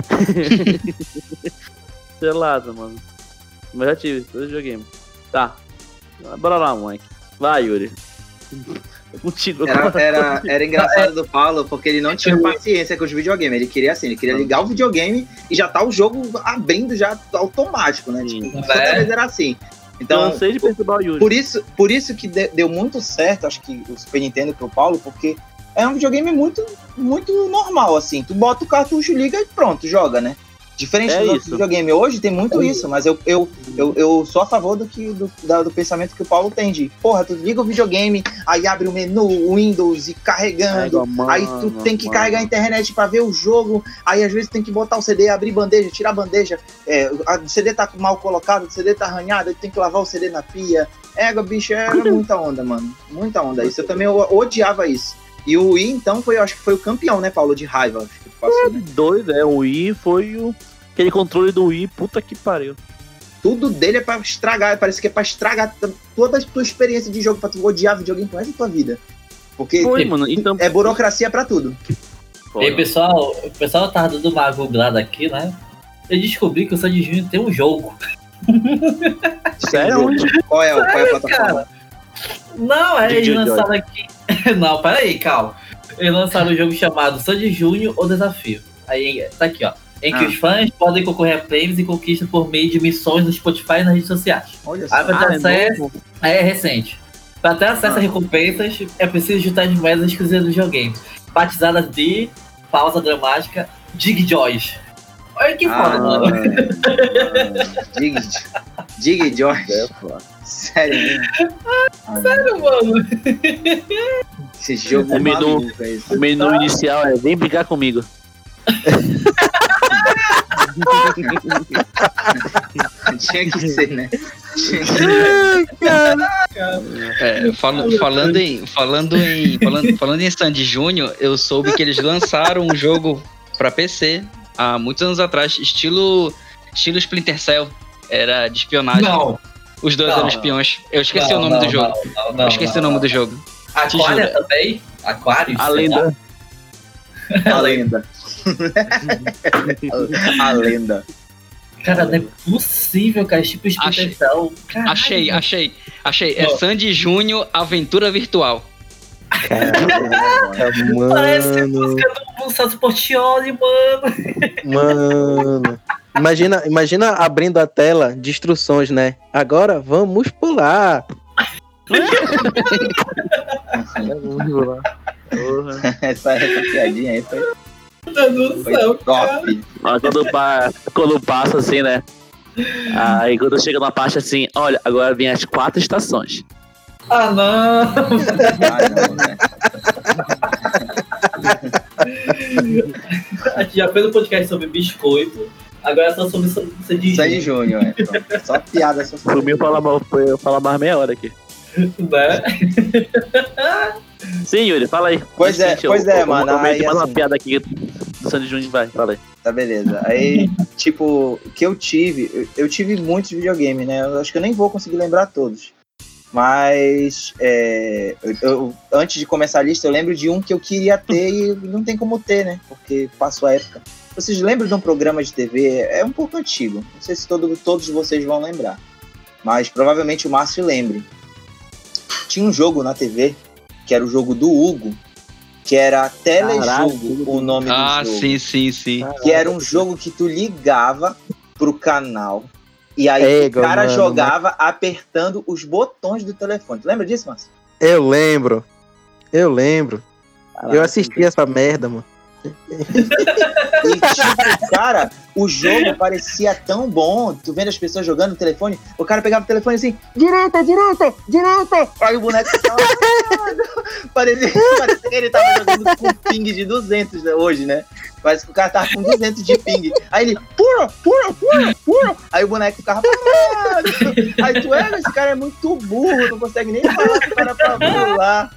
Selado, mano. Mas já tive, todo videogame. Tá. Bora lá, moleque. Vai, Yuri. Contigo. Era engraçado do Paulo, porque ele não tinha paciência com os videogames. Ele queria assim, ele queria ligar o videogame e já tá o jogo abrindo já automático, né? Tipo, toda vez era assim. Então, sei de perturbar o Yuri. Por isso que deu muito certo, acho que o Super Nintendo pro Paulo, porque é um videogame muito, muito normal, assim. Tu bota o cartucho, liga e pronto, joga, né? Diferente dos outros videogames. Hoje tem muito isso, mas eu sou a favor do pensamento que o Paulo tem de, porra, tu liga o videogame, aí abre o menu, Windows e carregando, aí tu tem que carregar a internet pra ver o jogo, aí às vezes tem que botar o CD, abrir bandeja, tirar bandeja, o CD tá mal colocado, o CD tá arranhado, aí tem que lavar o CD na pia. Bicho, era muita onda, mano. Muita onda. Isso eu também odiava isso. E o Wii, então, acho que foi o campeão, né, Paulo, de raiva. Acho que passou, né? Doido, o Wii foi aquele controle do Wii, puta que pariu. Tudo dele é pra estragar, parece que é pra estragar toda a tua experiência de jogo, pra tu odiar videogame pro resto da tua vida. Porque mano, então... é burocracia pra tudo. E aí, pessoal, o pessoal tava dando uma googlada aqui, né? Eu descobri que o Sandy Júnior tem um jogo. Sério? Qual é a plataforma? Cara. Não, eles lançaram aqui. Não, peraí, calma. Eles lançaram um jogo chamado Sandy Júnior ou Desafio. Aí tá aqui, ó. Em que os fãs podem concorrer a prêmios e conquistas por meio de missões no Spotify e nas redes sociais. Olha só. É recente. Para ter acesso a recompensas, é preciso juntar as moedas exclusivas do videogame, batizadas de pausa dramática Dig Joys. Olha que foda, mano. Dig Joys. Sério mesmo? Sério, mano. Esse jogo o menu inicial é vem brigar comigo. Tinha que ser, né? Falando em Sandy Júnior, eu soube que eles lançaram um jogo pra PC há muitos anos atrás, estilo Splinter Cell. Era de espionagem. Não. Os dois eram espiões. Eu esqueci o nome do jogo. Eu esqueci o nome do jogo. Aquário também? Aquário? A lenda. A lenda. A lenda. Cara, não é possível, cara. Tipo Splinter Cell. Achei. É Sandy Júnior Aventura Virtual. Caraca, mano. Parece a música do Celso Portioli, mano. Mano. Imagina abrindo a tela de instruções, né? Agora vamos pular. Essa piadinha aí foi top. Quando passa assim, né? Aí quando chega na parte assim, olha, agora vem as 4 estações. Ah, não! Né? A gente já fez um podcast sobre biscoito, agora é só sobre Sandy Júnior, Só piada. Por mim, eu falo mais meia hora aqui. Né? Sim, Yuri, fala aí. Pois é, mano. Aí, mais uma piada aqui do Sandy Júnior, vai, fala aí. Tá, beleza. Aí, tipo, o que eu tive muitos videogames, né? Eu acho que eu nem vou conseguir lembrar todos. Mas, antes de começar a lista, eu lembro de um que eu queria ter e não tem como ter, né? Porque passou a época. Vocês lembram de um programa de TV? É um pouco antigo. Não sei se todos vocês vão lembrar. Mas provavelmente o Márcio lembre. Tinha um jogo na TV, que era o jogo do Hugo, que era Telejogo, o nome do jogo. Ah, sim. Que era um jogo que tu ligava pro canal e aí o cara jogava apertando os botões do telefone. Tu lembra disso, Márcio? Eu lembro. Eu assistia essa merda, mano. E, tipo, cara, o jogo parecia tão bom. Tu vendo as pessoas jogando no telefone, o cara pegava o telefone assim, direita. Aí o boneco ficava... parecia que ele tava jogando com ping de 200 hoje, né? Parece que o cara tava com 200 de ping. Aí ele, pura. Aí o boneco ficava parado. Aí tu, esse cara é muito burro, não consegue nem falar que o cara pra pular.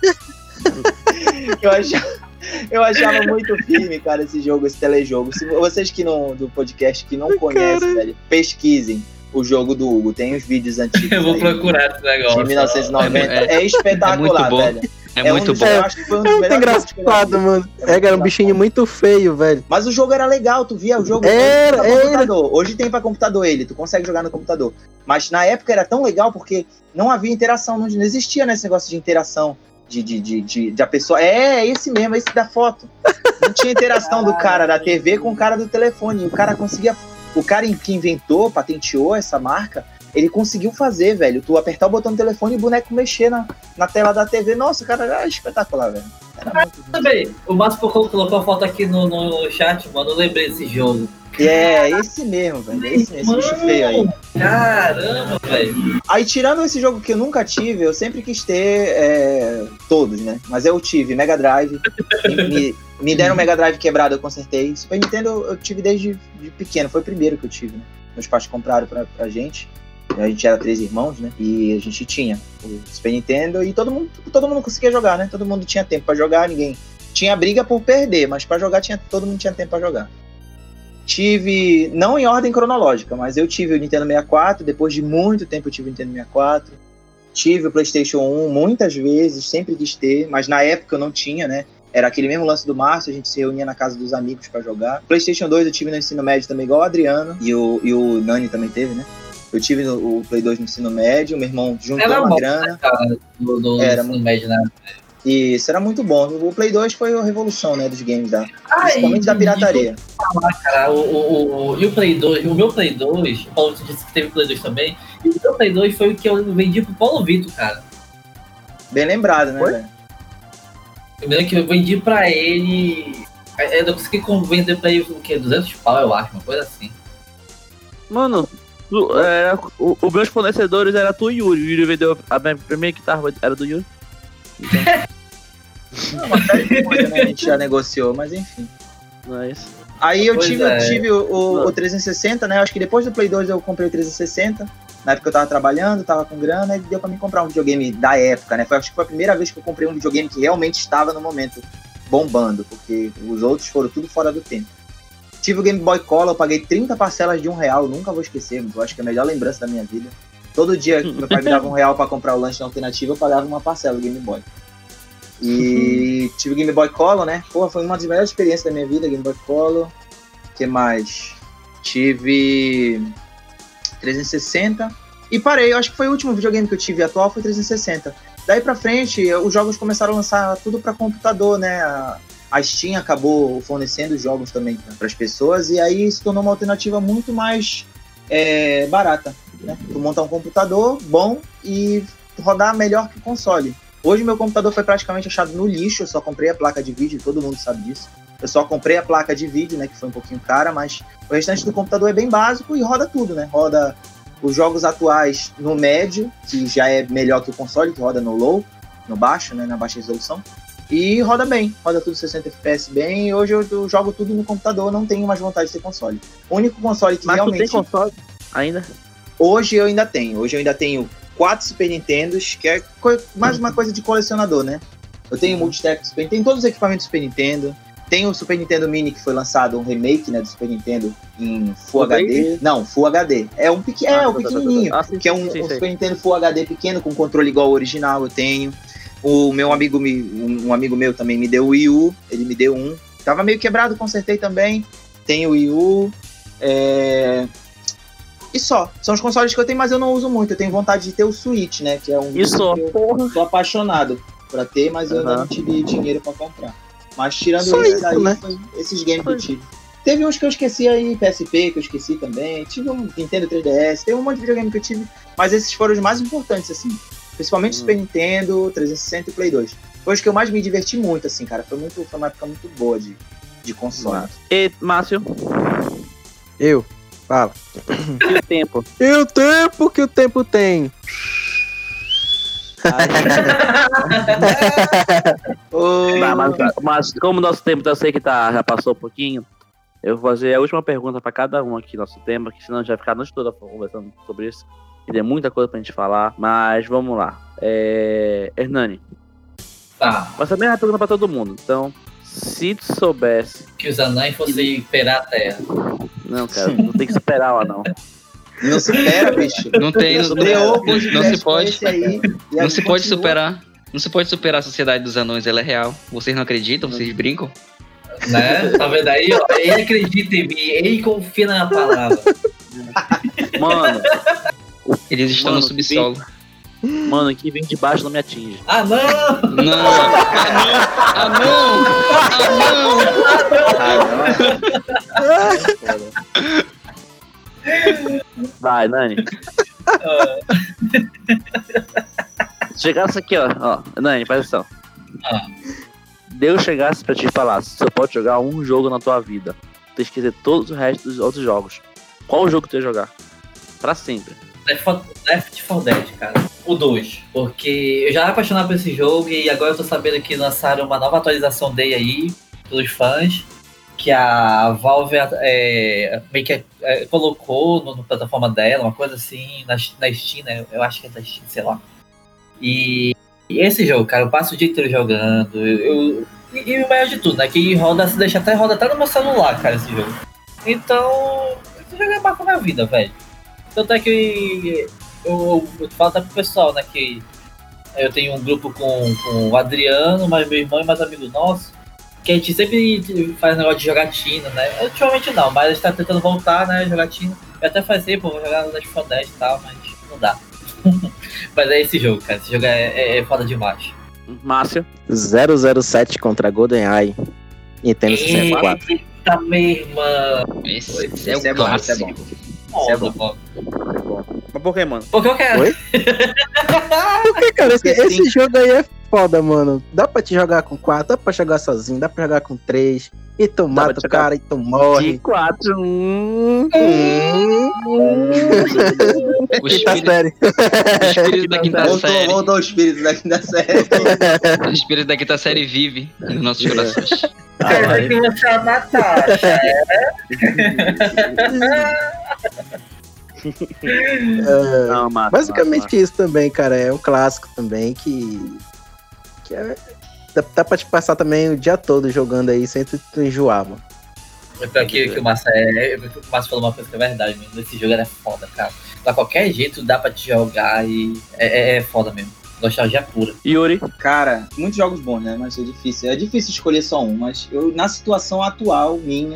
Eu achava muito firme, cara, esse jogo, esse telejogo. Se vocês que não, do podcast que não conhecem, velho, pesquisem o jogo do Hugo. Tem os vídeos antigos. Eu vou aí, procurar esse negócio. de 1990. É espetacular, muito bom. velho. É muito bom. Eu acho que foi um dos Muito melhores jogos que eu já engraçado, vi. mano. Era um bichinho muito feio, velho. Mas o jogo era legal, tu via o jogo Era. computador. Hoje tem pra computador ele, tu consegue jogar no computador. Mas na época era tão legal porque não havia interação, não existia, né, esse negócio de interação. De a pessoa. É esse mesmo, esse da foto. Não tinha interação do cara da TV com o cara do telefone. O cara conseguia. O cara que inventou, patenteou essa marca, ele conseguiu fazer, velho. Tu apertar o botão do telefone e o boneco mexer na tela da TV. Nossa, cara, era espetacular, velho. Era muito Também, o Márcio colocou a foto aqui no chat, mano. Eu lembrei desse jogo. esse mesmo, velho. Esse bicho feio aí. Caramba, velho. Aí, tirando esse jogo que eu nunca tive, eu sempre quis ter todos, né? Mas eu tive Mega Drive. Me deram um Mega Drive quebrado, eu consertei. Super Nintendo eu tive desde pequeno. Foi o primeiro que eu tive, né? Meus pais compraram pra gente. A gente era 3 irmãos, né? E a gente tinha o Super Nintendo e todo mundo conseguia jogar, né? Todo mundo tinha tempo pra jogar, ninguém... Tinha briga por perder, mas pra jogar todo mundo tinha tempo pra jogar. Tive, não em ordem cronológica, mas eu tive o Nintendo 64, depois de muito tempo eu tive o Nintendo 64. Tive o PlayStation 1 muitas vezes, sempre quis ter, mas na época eu não tinha, né? Era aquele mesmo lance do Márcio, a gente se reunia na casa dos amigos pra jogar. PlayStation 2 eu tive no ensino médio também, igual o Adriano, e o Nani também teve, né? Eu tive o Play 2 no ensino médio, meu irmão juntou Era uma bom, grana. né, cara, do Era ensino médio, né? E isso era muito bom. O Play 2 foi a revolução, né, dos games, principalmente da e pirataria. Cara, e o Play 2, o meu Play 2, o Paulo disse que teve Play 2 também, e o meu Play 2 foi o que eu vendi pro Paulo Vitor, cara. Bem lembrado, né, velho? Eu lembro que eu vendi pra ele, eu consegui vender pra ele o quê? 200 pau, eu acho, uma coisa assim. Mano, os meus fornecedores era tu e o Yuri. O Yuri vendeu a minha primeira guitarra, era do Yuri. Uma série de coisa, né? A gente já negociou, mas enfim. Nice. Aí eu Pois tive o 360, né? Acho que depois do Play 2 eu comprei o 360. Na época eu tava trabalhando, tava com grana, e deu pra me comprar um videogame da época, né? Acho que foi a primeira vez que eu comprei um videogame que realmente estava no momento bombando, porque os outros foram tudo fora do tempo. Tive o Game Boy Color, eu paguei 30 parcelas de R$1, nunca vou esquecer, eu acho que é a melhor lembrança da minha vida. Todo dia que meu pai me dava R$1 pra comprar o lanche na alternativa, eu pagava uma parcela do Game Boy. E tive o Game Boy Color, né? Pô, foi uma das melhores experiências da minha vida, Game Boy Color. O que mais? Tive 360 e parei. Eu acho que foi o último videogame que eu tive atual, foi 360. Daí pra frente, os jogos começaram a lançar tudo pra computador, né? A Steam acabou fornecendo os jogos também para as pessoas e aí se tornou uma alternativa muito mais barata, né? Tu montar um computador bom e rodar melhor que o console. Hoje meu computador foi praticamente achado no lixo, eu só comprei a placa de vídeo, todo mundo sabe disso. Eu só comprei a placa de vídeo, né, que foi um pouquinho cara, mas o restante do computador é bem básico e roda tudo, né? Roda os jogos atuais no médio, que já é melhor que o console, que roda no low, no baixo, né, na baixa resolução. E roda bem, roda tudo 60 FPS bem, e hoje eu jogo tudo no computador, não tenho mais vontade de ter console. O único console que Mas realmente... tu tem console ainda? Hoje eu ainda tenho 4 Super Nintendos, que é mais uma coisa de colecionador, né? Eu tenho multitech do Super Nintendo, tem todos os equipamentos do Super Nintendo. Tem o Super Nintendo Mini, que foi lançado, um remake, né, do Super Nintendo em Full HD. Não, Full HD. É um pequenininho, que é um Super Nintendo Full HD pequeno, com controle igual ao original, eu tenho. O meu amigo, um amigo meu também me deu o Wii U, ele me deu um. Tava meio quebrado, consertei também. Tenho o Wii U. E só. São os consoles que eu tenho, mas eu não uso muito. Eu tenho vontade de ter o Switch, né, que é um... Isso, eu tô apaixonado pra ter, mas eu ainda não tive dinheiro pra comprar. Mas tirando Só isso isso, daí, né? foi esses games que eu tive. Teve uns que eu esqueci aí, PSP, que eu esqueci também. Tive um Nintendo 3DS, tem um monte de videogame que eu tive, mas esses foram os mais importantes, assim. Principalmente Super Nintendo, 360 e Play 2. Foi os que eu mais me diverti muito, assim, cara. Foi uma época muito boa de de console. E, Márcio, Eu. Fala. e o tempo? E o tempo que o tempo tem? Tá, mas como o nosso tempo eu sei que já passou um pouquinho, eu vou fazer a última pergunta pra cada um aqui, nosso tema, que senão a gente vai ficar a noite toda conversando sobre isso. E tem muita coisa pra gente falar, mas vamos lá. Hernani, Tá. vai ser a mesma pergunta pra todo mundo. Então, se tu soubesse... Que os anões fossem imperar a Terra. Não, cara, não tem que superar lá, não. Não supera, bicho. Não tem, não, Estreou o não podcast se pode. com esse aí, e Não aí se pode continua. superar. Não se pode superar a sociedade dos anões, ela é real. Vocês não acreditam? Vocês brincam? Né? Tá vendo aí, ó? Ele acredita em mim, ele confia na minha palavra. Mano, Eles estão Mano, no subsolo. mano, que vem de baixo não me atinge. Ah, não! Não! Ah, não! Ah, Vai, Nani. Chegasse aqui, ó. Nani, presta atenção. Ah. Deus chegasse pra te falar, você só pode jogar um jogo na tua vida. Tu tem que esquecer todos os restos dos outros jogos. Qual jogo tu ia jogar? Pra sempre. Left 4 Dead, cara. O 2. Porque eu já era apaixonado por esse jogo e agora eu tô sabendo que lançaram uma nova atualização dele aí, pelos fãs, que a Valve meio que colocou na plataforma dela, uma coisa assim, na Steam, né? Eu acho que é da Steam, sei lá. E esse jogo, cara, eu passo o dia inteiro jogando. E o melhor de tudo, né? Que roda, se deixa até roda até no meu celular, cara, esse jogo. Então, esse jogo é marcou minha vida, velho. Tanto é que eu falo até pro pessoal, né? Que eu tenho um grupo com o Adriano, mais meu irmão e mais amigo nosso, que a gente sempre faz negócio de jogatina, né? Ultimamente não, mas a gente tá tentando voltar, né? Jogatina. Eu até fazia, pô, vou jogar no Left 4 Dead e tal, mas não dá. Mas é esse jogo, cara. Esse jogo é foda demais. Márcio. 007 contra GoldenEye. Nintendo 64. Eita, meu irmão. Esse Esse é é o bom, esse é clássico. bom. Foda, bom. mano. Mas por que, mano? Porque eu quero. Oi? Porque, cara, Porque esse sim. jogo aí é foda, mano. Dá pra te jogar com 4, dá pra jogar sozinho, dá pra jogar com 3. E tu Dá mata pra o jogar cara e tu morre. De 4. O Quinta espírito, série. o espírito da quinta série. Voltou o espírito da quinta série. O espírito da quinta série vive nos nossos corações. Quer dizer que você é a Natasha. Não, Márcio. Basicamente isso também, cara. É um clássico também que dá pra te passar também o dia todo jogando aí sem tu enjoar, mano. É pior que o Márcio o Márcio falou uma coisa que é verdade mesmo. Esse jogo era foda, cara. Pra qualquer jeito dá pra te jogar e é foda mesmo. Nostalgia pura. Yuri. Cara, muitos jogos bons, né? Mas é difícil. É difícil escolher só um, mas eu, na situação atual minha,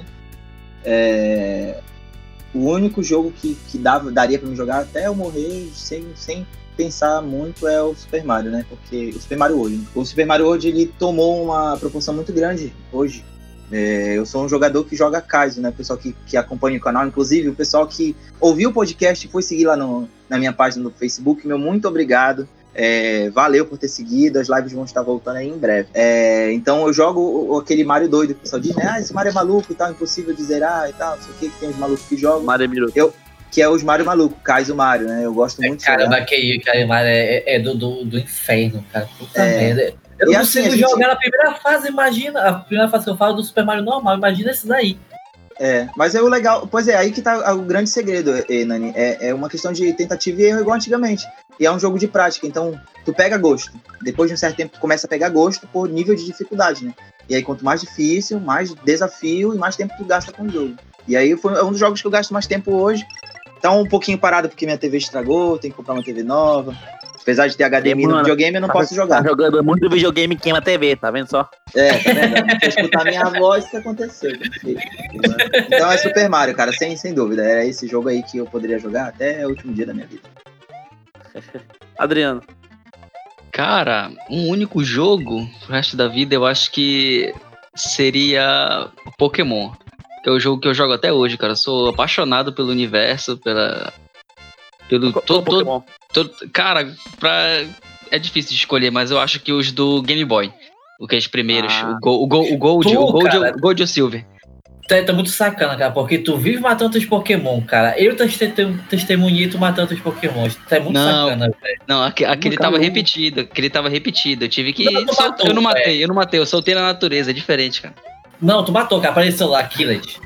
o único jogo que daria pra me jogar até eu morrer sem pensar muito é o Super Mario, né? Porque o Super Mario World. O Super Mario World, ele tomou uma proporção muito grande hoje. Eu sou um jogador que joga Kaizo, né? O pessoal que acompanha o canal, inclusive o pessoal que ouviu o podcast e foi seguir lá na minha página no Facebook, meu muito obrigado. Valeu por ter seguido, as lives vão estar voltando aí em breve. Então eu jogo aquele Mario doido, que o pessoal diz, né? Esse Mario é maluco e tal, impossível de zerar e tal, não sei o que tem os malucos que jogam. Mario Miru. Que é os Mario maluco, Kaizo Mario, né? Eu gosto muito de jogar. Caramba, que Mario é do inferno, cara. Puta merda. Eu E não assim, consigo a gente- jogar na primeira fase, imagina. A primeira fase que eu falo do Super Mario normal, imagina esse daí. Mas é o legal, pois é, aí que tá o grande segredo, Nani, é uma questão de tentativa e erro igual antigamente, e é um jogo de prática, então tu pega gosto, depois de um certo tempo tu começa a pegar gosto por nível de dificuldade, né, e aí quanto mais difícil, mais desafio e mais tempo tu gasta com o jogo, e aí é um dos jogos que eu gasto mais tempo hoje, tá um pouquinho parado porque minha TV estragou, tem que comprar uma TV nova, apesar de ter HDMI no Mano, videogame eu não posso jogar. Tá jogando muito videogame e queima a TV, tá vendo só? Tá vendo? Pra escutar minha voz, isso aconteceu. Então é Super Mario, cara, sem dúvida. Era esse jogo aí que eu poderia jogar até o último dia da minha vida. Adriano. Cara, um único jogo pro resto da vida eu acho que seria Pokémon. Que é o jogo que eu jogo até hoje, cara. Eu sou apaixonado pelo universo, pelo Qual Pokémon? Cara, é difícil de escolher, mas eu acho que os do Game Boy. O que é os primeiros. Ah. O Gold, Tu, o Gold, cara. o Gold e o Silver. Tá muito sacana, cara, porque tu vive matando teus Pokémon, cara. Eu testemunhei tu matando teus Pokémon. Tu é muito Não. sacana, velho. Não, aquele Cada tava um. repetido. Aquele tava repetido. Eu tive que. Não, tu matou, eu não matei. Eu soltei na natureza. É diferente, cara. Não, tu matou, cara. Apareceu lá, Killet.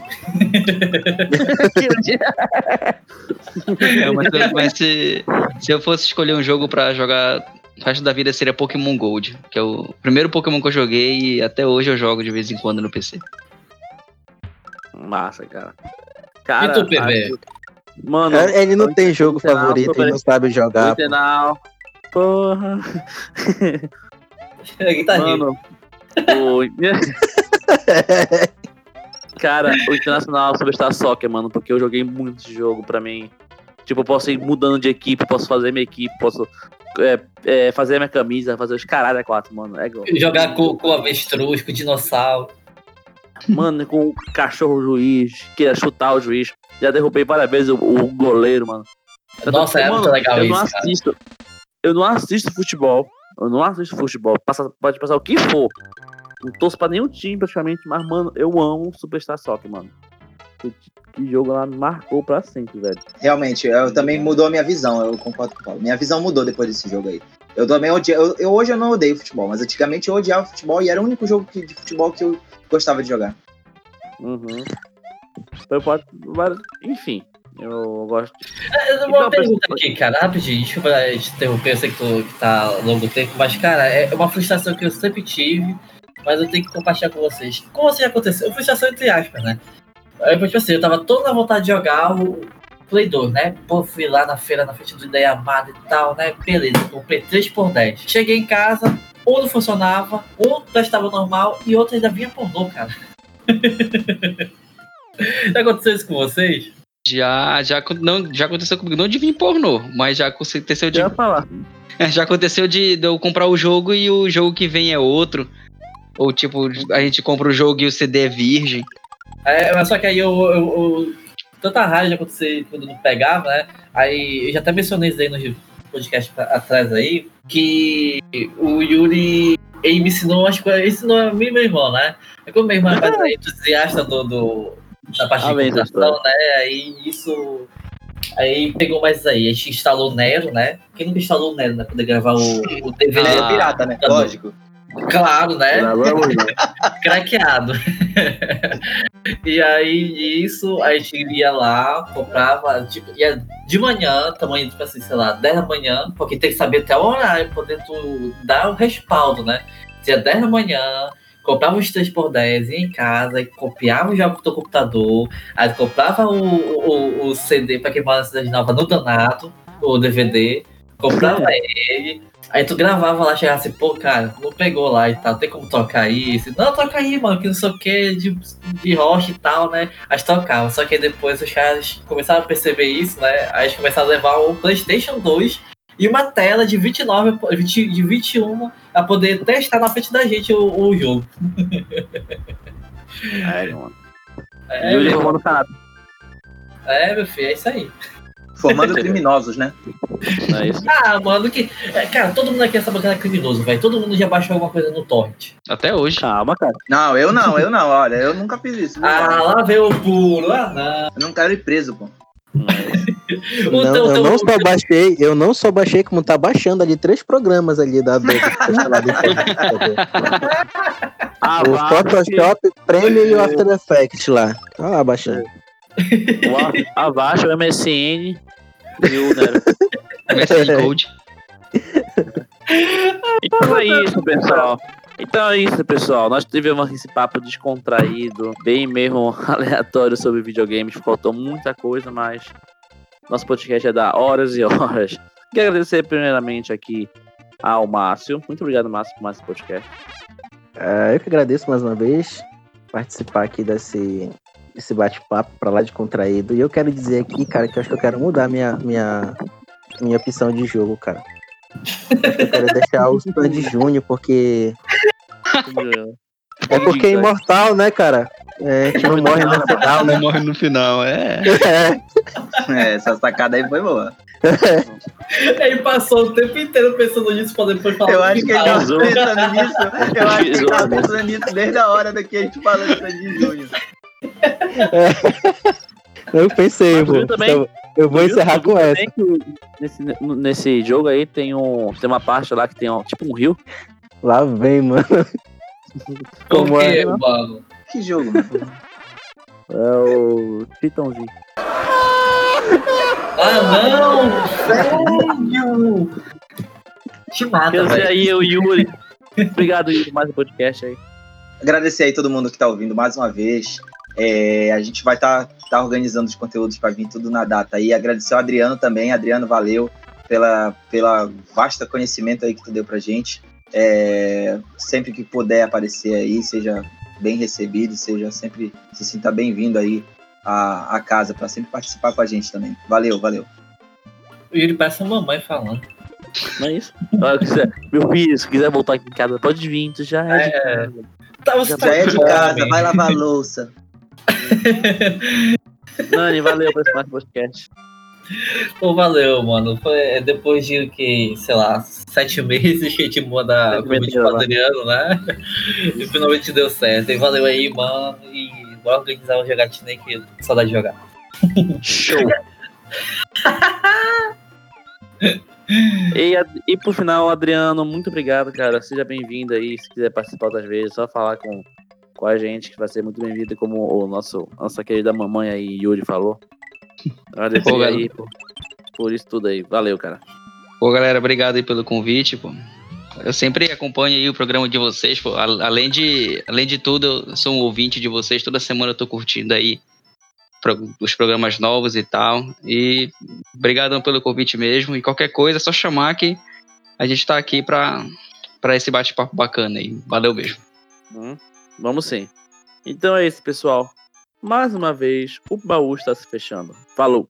Não, mas se eu fosse escolher um jogo pra jogar o resto da vida, seria Pokémon Gold, que é o primeiro Pokémon que eu joguei e até hoje eu jogo de vez em quando no PC. Massa, cara. E tu, PV? Mano, Ele não tem jogo Internal, favorito, ele não sabe jogar. pô. Internal. Porra. Ele tá rindo. Mano, cara, o Internacional Superstar Soccer, mano, porque eu joguei muito esse jogo pra mim. Tipo, eu posso ir mudando de equipe, posso fazer minha equipe, posso fazer a minha camisa, fazer os caralho a 4, mano. É igual. Jogar com o avestruz, com o dinossauro. Mano, com o cachorro juiz, que ia chutar o juiz. Já derrubei várias vezes o goleiro, mano. Nossa, é muito legal eu isso, não cara. assisto. Eu não assisto futebol. Pode passar o que for. Não torço pra nenhum time praticamente, mas, mano, eu amo o Superstar Soccer, mano. Que jogo lá me marcou pra sempre, velho. Realmente, eu também mudou a minha visão, eu concordo com o Paulo. Minha visão mudou depois desse jogo aí. Eu também odiei. Hoje eu não odeio futebol, mas antigamente eu odiava futebol e era o único jogo de futebol que eu gostava de jogar. Uhum. Então enfim, eu gosto. Uma pergunta aqui, cara, rapidinho, desculpa te interromper, eu sei que tu tá longo tempo, mas, cara, é uma frustração que eu sempre tive, mas eu tenho que compartilhar com vocês. Como assim aconteceu? Frustração entre aspas, né? Tipo assim, eu tava todo na vontade de jogar o Play 2, né? Pô, fui lá na feira, na frente do Ideia Amada e tal, né? Beleza, comprei 3x10. Cheguei em casa, um não funcionava, um estava normal e outro ainda vinha pornô, cara. Já aconteceu isso com vocês? Já aconteceu comigo, não de vir pornô, mas já aconteceu de. Eu ia falar. Já aconteceu de eu comprar o jogo e o jogo que vem é outro. Ou tipo, a gente compra o jogo e o CD é virgem. Mas só que aí eu tanta raiva de acontecer quando não pegava, né? Aí eu já até mencionei isso aí no podcast atrás aí, que o Yuri, ele me ensinou umas coisas, ensinou a mim e meu irmão, né? É como meu irmão é mais entusiasta da parte de computação, né? Aí isso. Aí pegou mais aí, a gente instalou o Nero, né? Quem nunca instalou o Nero, né? Poder gravar o DVD. É pirata, né? Lógico. Claro, né? Craqueado. E aí, isso, a gente ia lá, comprava, tipo, ia de manhã, tamanho, tipo assim, sei lá, 10 da manhã, porque tem que saber até o horário, pra poder tu dar o respaldo, né? Ia 10 da manhã, comprava os 3x10, ia em casa, e copiava o jogo do teu computador, aí comprava o CD pra queimar a cidade nova no Danato, o DVD, comprava ele. Aí tu gravava lá, chegava assim, pô, cara, não pegou lá e tal, tem como tocar isso? Não, toca aí, mano, que não sei o que, de rocha e tal, né? Aí tocava, só que aí depois os caras começaram a perceber isso, né? Aí eles começaram a levar o PlayStation 2 e uma tela de 21 a poder testar na frente da gente o jogo. Mano. Meu filho, é isso aí. Formando criminosos, né? É isso. Mano, cara, todo mundo aqui é sabendo que é criminoso, velho. Todo mundo já baixou alguma coisa no torrent. Até hoje. Calma, cara. Não, eu não, olha, eu nunca fiz isso. Lá veio o puro, não. Eu não quero ir preso, pô. Eu não só baixei, como tá baixando ali 3 programas ali da o Photoshop, Premiere e o After Effects lá. Tá lá baixando. Abaixa o MSN e o Nero. MSN Code. Então é isso, pessoal. Nós tivemos esse papo descontraído, bem mesmo aleatório sobre videogames. Faltou muita coisa, mas nosso podcast é dar horas e horas. Quero agradecer primeiramente aqui ao Márcio. Muito obrigado, Márcio, por mais esse podcast. Eu que agradeço mais uma vez participar aqui desse bate-papo pra lá de contraído. E eu quero dizer aqui, cara, que eu acho que eu quero mudar minha opção de jogo, cara. Eu quero deixar o Sandy Júnior, porque... É porque é imortal, né, cara? Que não morre no final, né? Não morre no final, é. Essa sacada aí foi boa. Ele passou o tempo inteiro pensando nisso pra depois falar. Eu acho que ele Ah, tava pensando nisso. Eu acho que ele tava pensando nisso desde a hora do que a gente falou de Sandy Júnior. Eu pensei, Mas tu viu pô. também? Então, eu vou encerrar com essa. Também que nesse jogo aí tem uma parte lá que tem tipo um rio. Lá vem, mano. Por Como quê, é? mano? Que jogo, mano? É o Titãozinho. Ah, não! Sério! Te mata, Eu sei velho. aí, o Yuri. Obrigado, Yuri, por mais um podcast aí. Agradecer aí todo mundo que tá ouvindo mais uma vez. A gente vai tá organizando os conteúdos para vir tudo na data aí. Agradecer ao Adriano também. Adriano, valeu pela vasta conhecimento aí que tu deu pra gente. Sempre que puder aparecer aí, seja bem recebido, sempre se sinta bem-vindo aí à casa para sempre participar com a gente também. Valeu. O Yuri parece a mamãe falando. Não é isso? Meu filho, se quiser voltar aqui em casa, pode vir, tu já é de casa. Tá, você Já é de com casa, fome. vai lavar a louça. Nani, valeu por esse mais podcast. Pô, valeu, mano. Foi depois de que, sei lá, 7 meses que a gente manda 7 meses convite pro Adriano, né? E finalmente deu certo. E valeu aí, mano. E bora organizar o jogatina aí que eu tô com saudade de jogar. Show! E por final, Adriano, muito obrigado, cara. Seja bem-vindo aí. Se quiser participar outras vezes, só falar com a gente, que vai ser muito bem-vindo, como nossa querida mamãe aí, Yuri, falou. Agradecer Pô, aí por isso tudo aí. Valeu, cara. Pô, galera, obrigado aí pelo convite, pô. Eu sempre acompanho aí o programa de vocês, pô. Além de tudo, eu sou um ouvinte de vocês. Toda semana eu tô curtindo aí os programas novos e tal. E obrigado pelo convite mesmo. E qualquer coisa é só chamar que a gente tá aqui pra esse bate-papo bacana aí. Valeu mesmo. Vamos sim. Então é isso, pessoal. Mais uma vez, o baú está se fechando. Falou!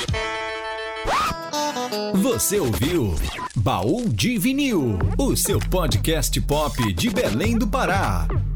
Você ouviu Baú de Vinil, o seu podcast pop de Belém do Pará.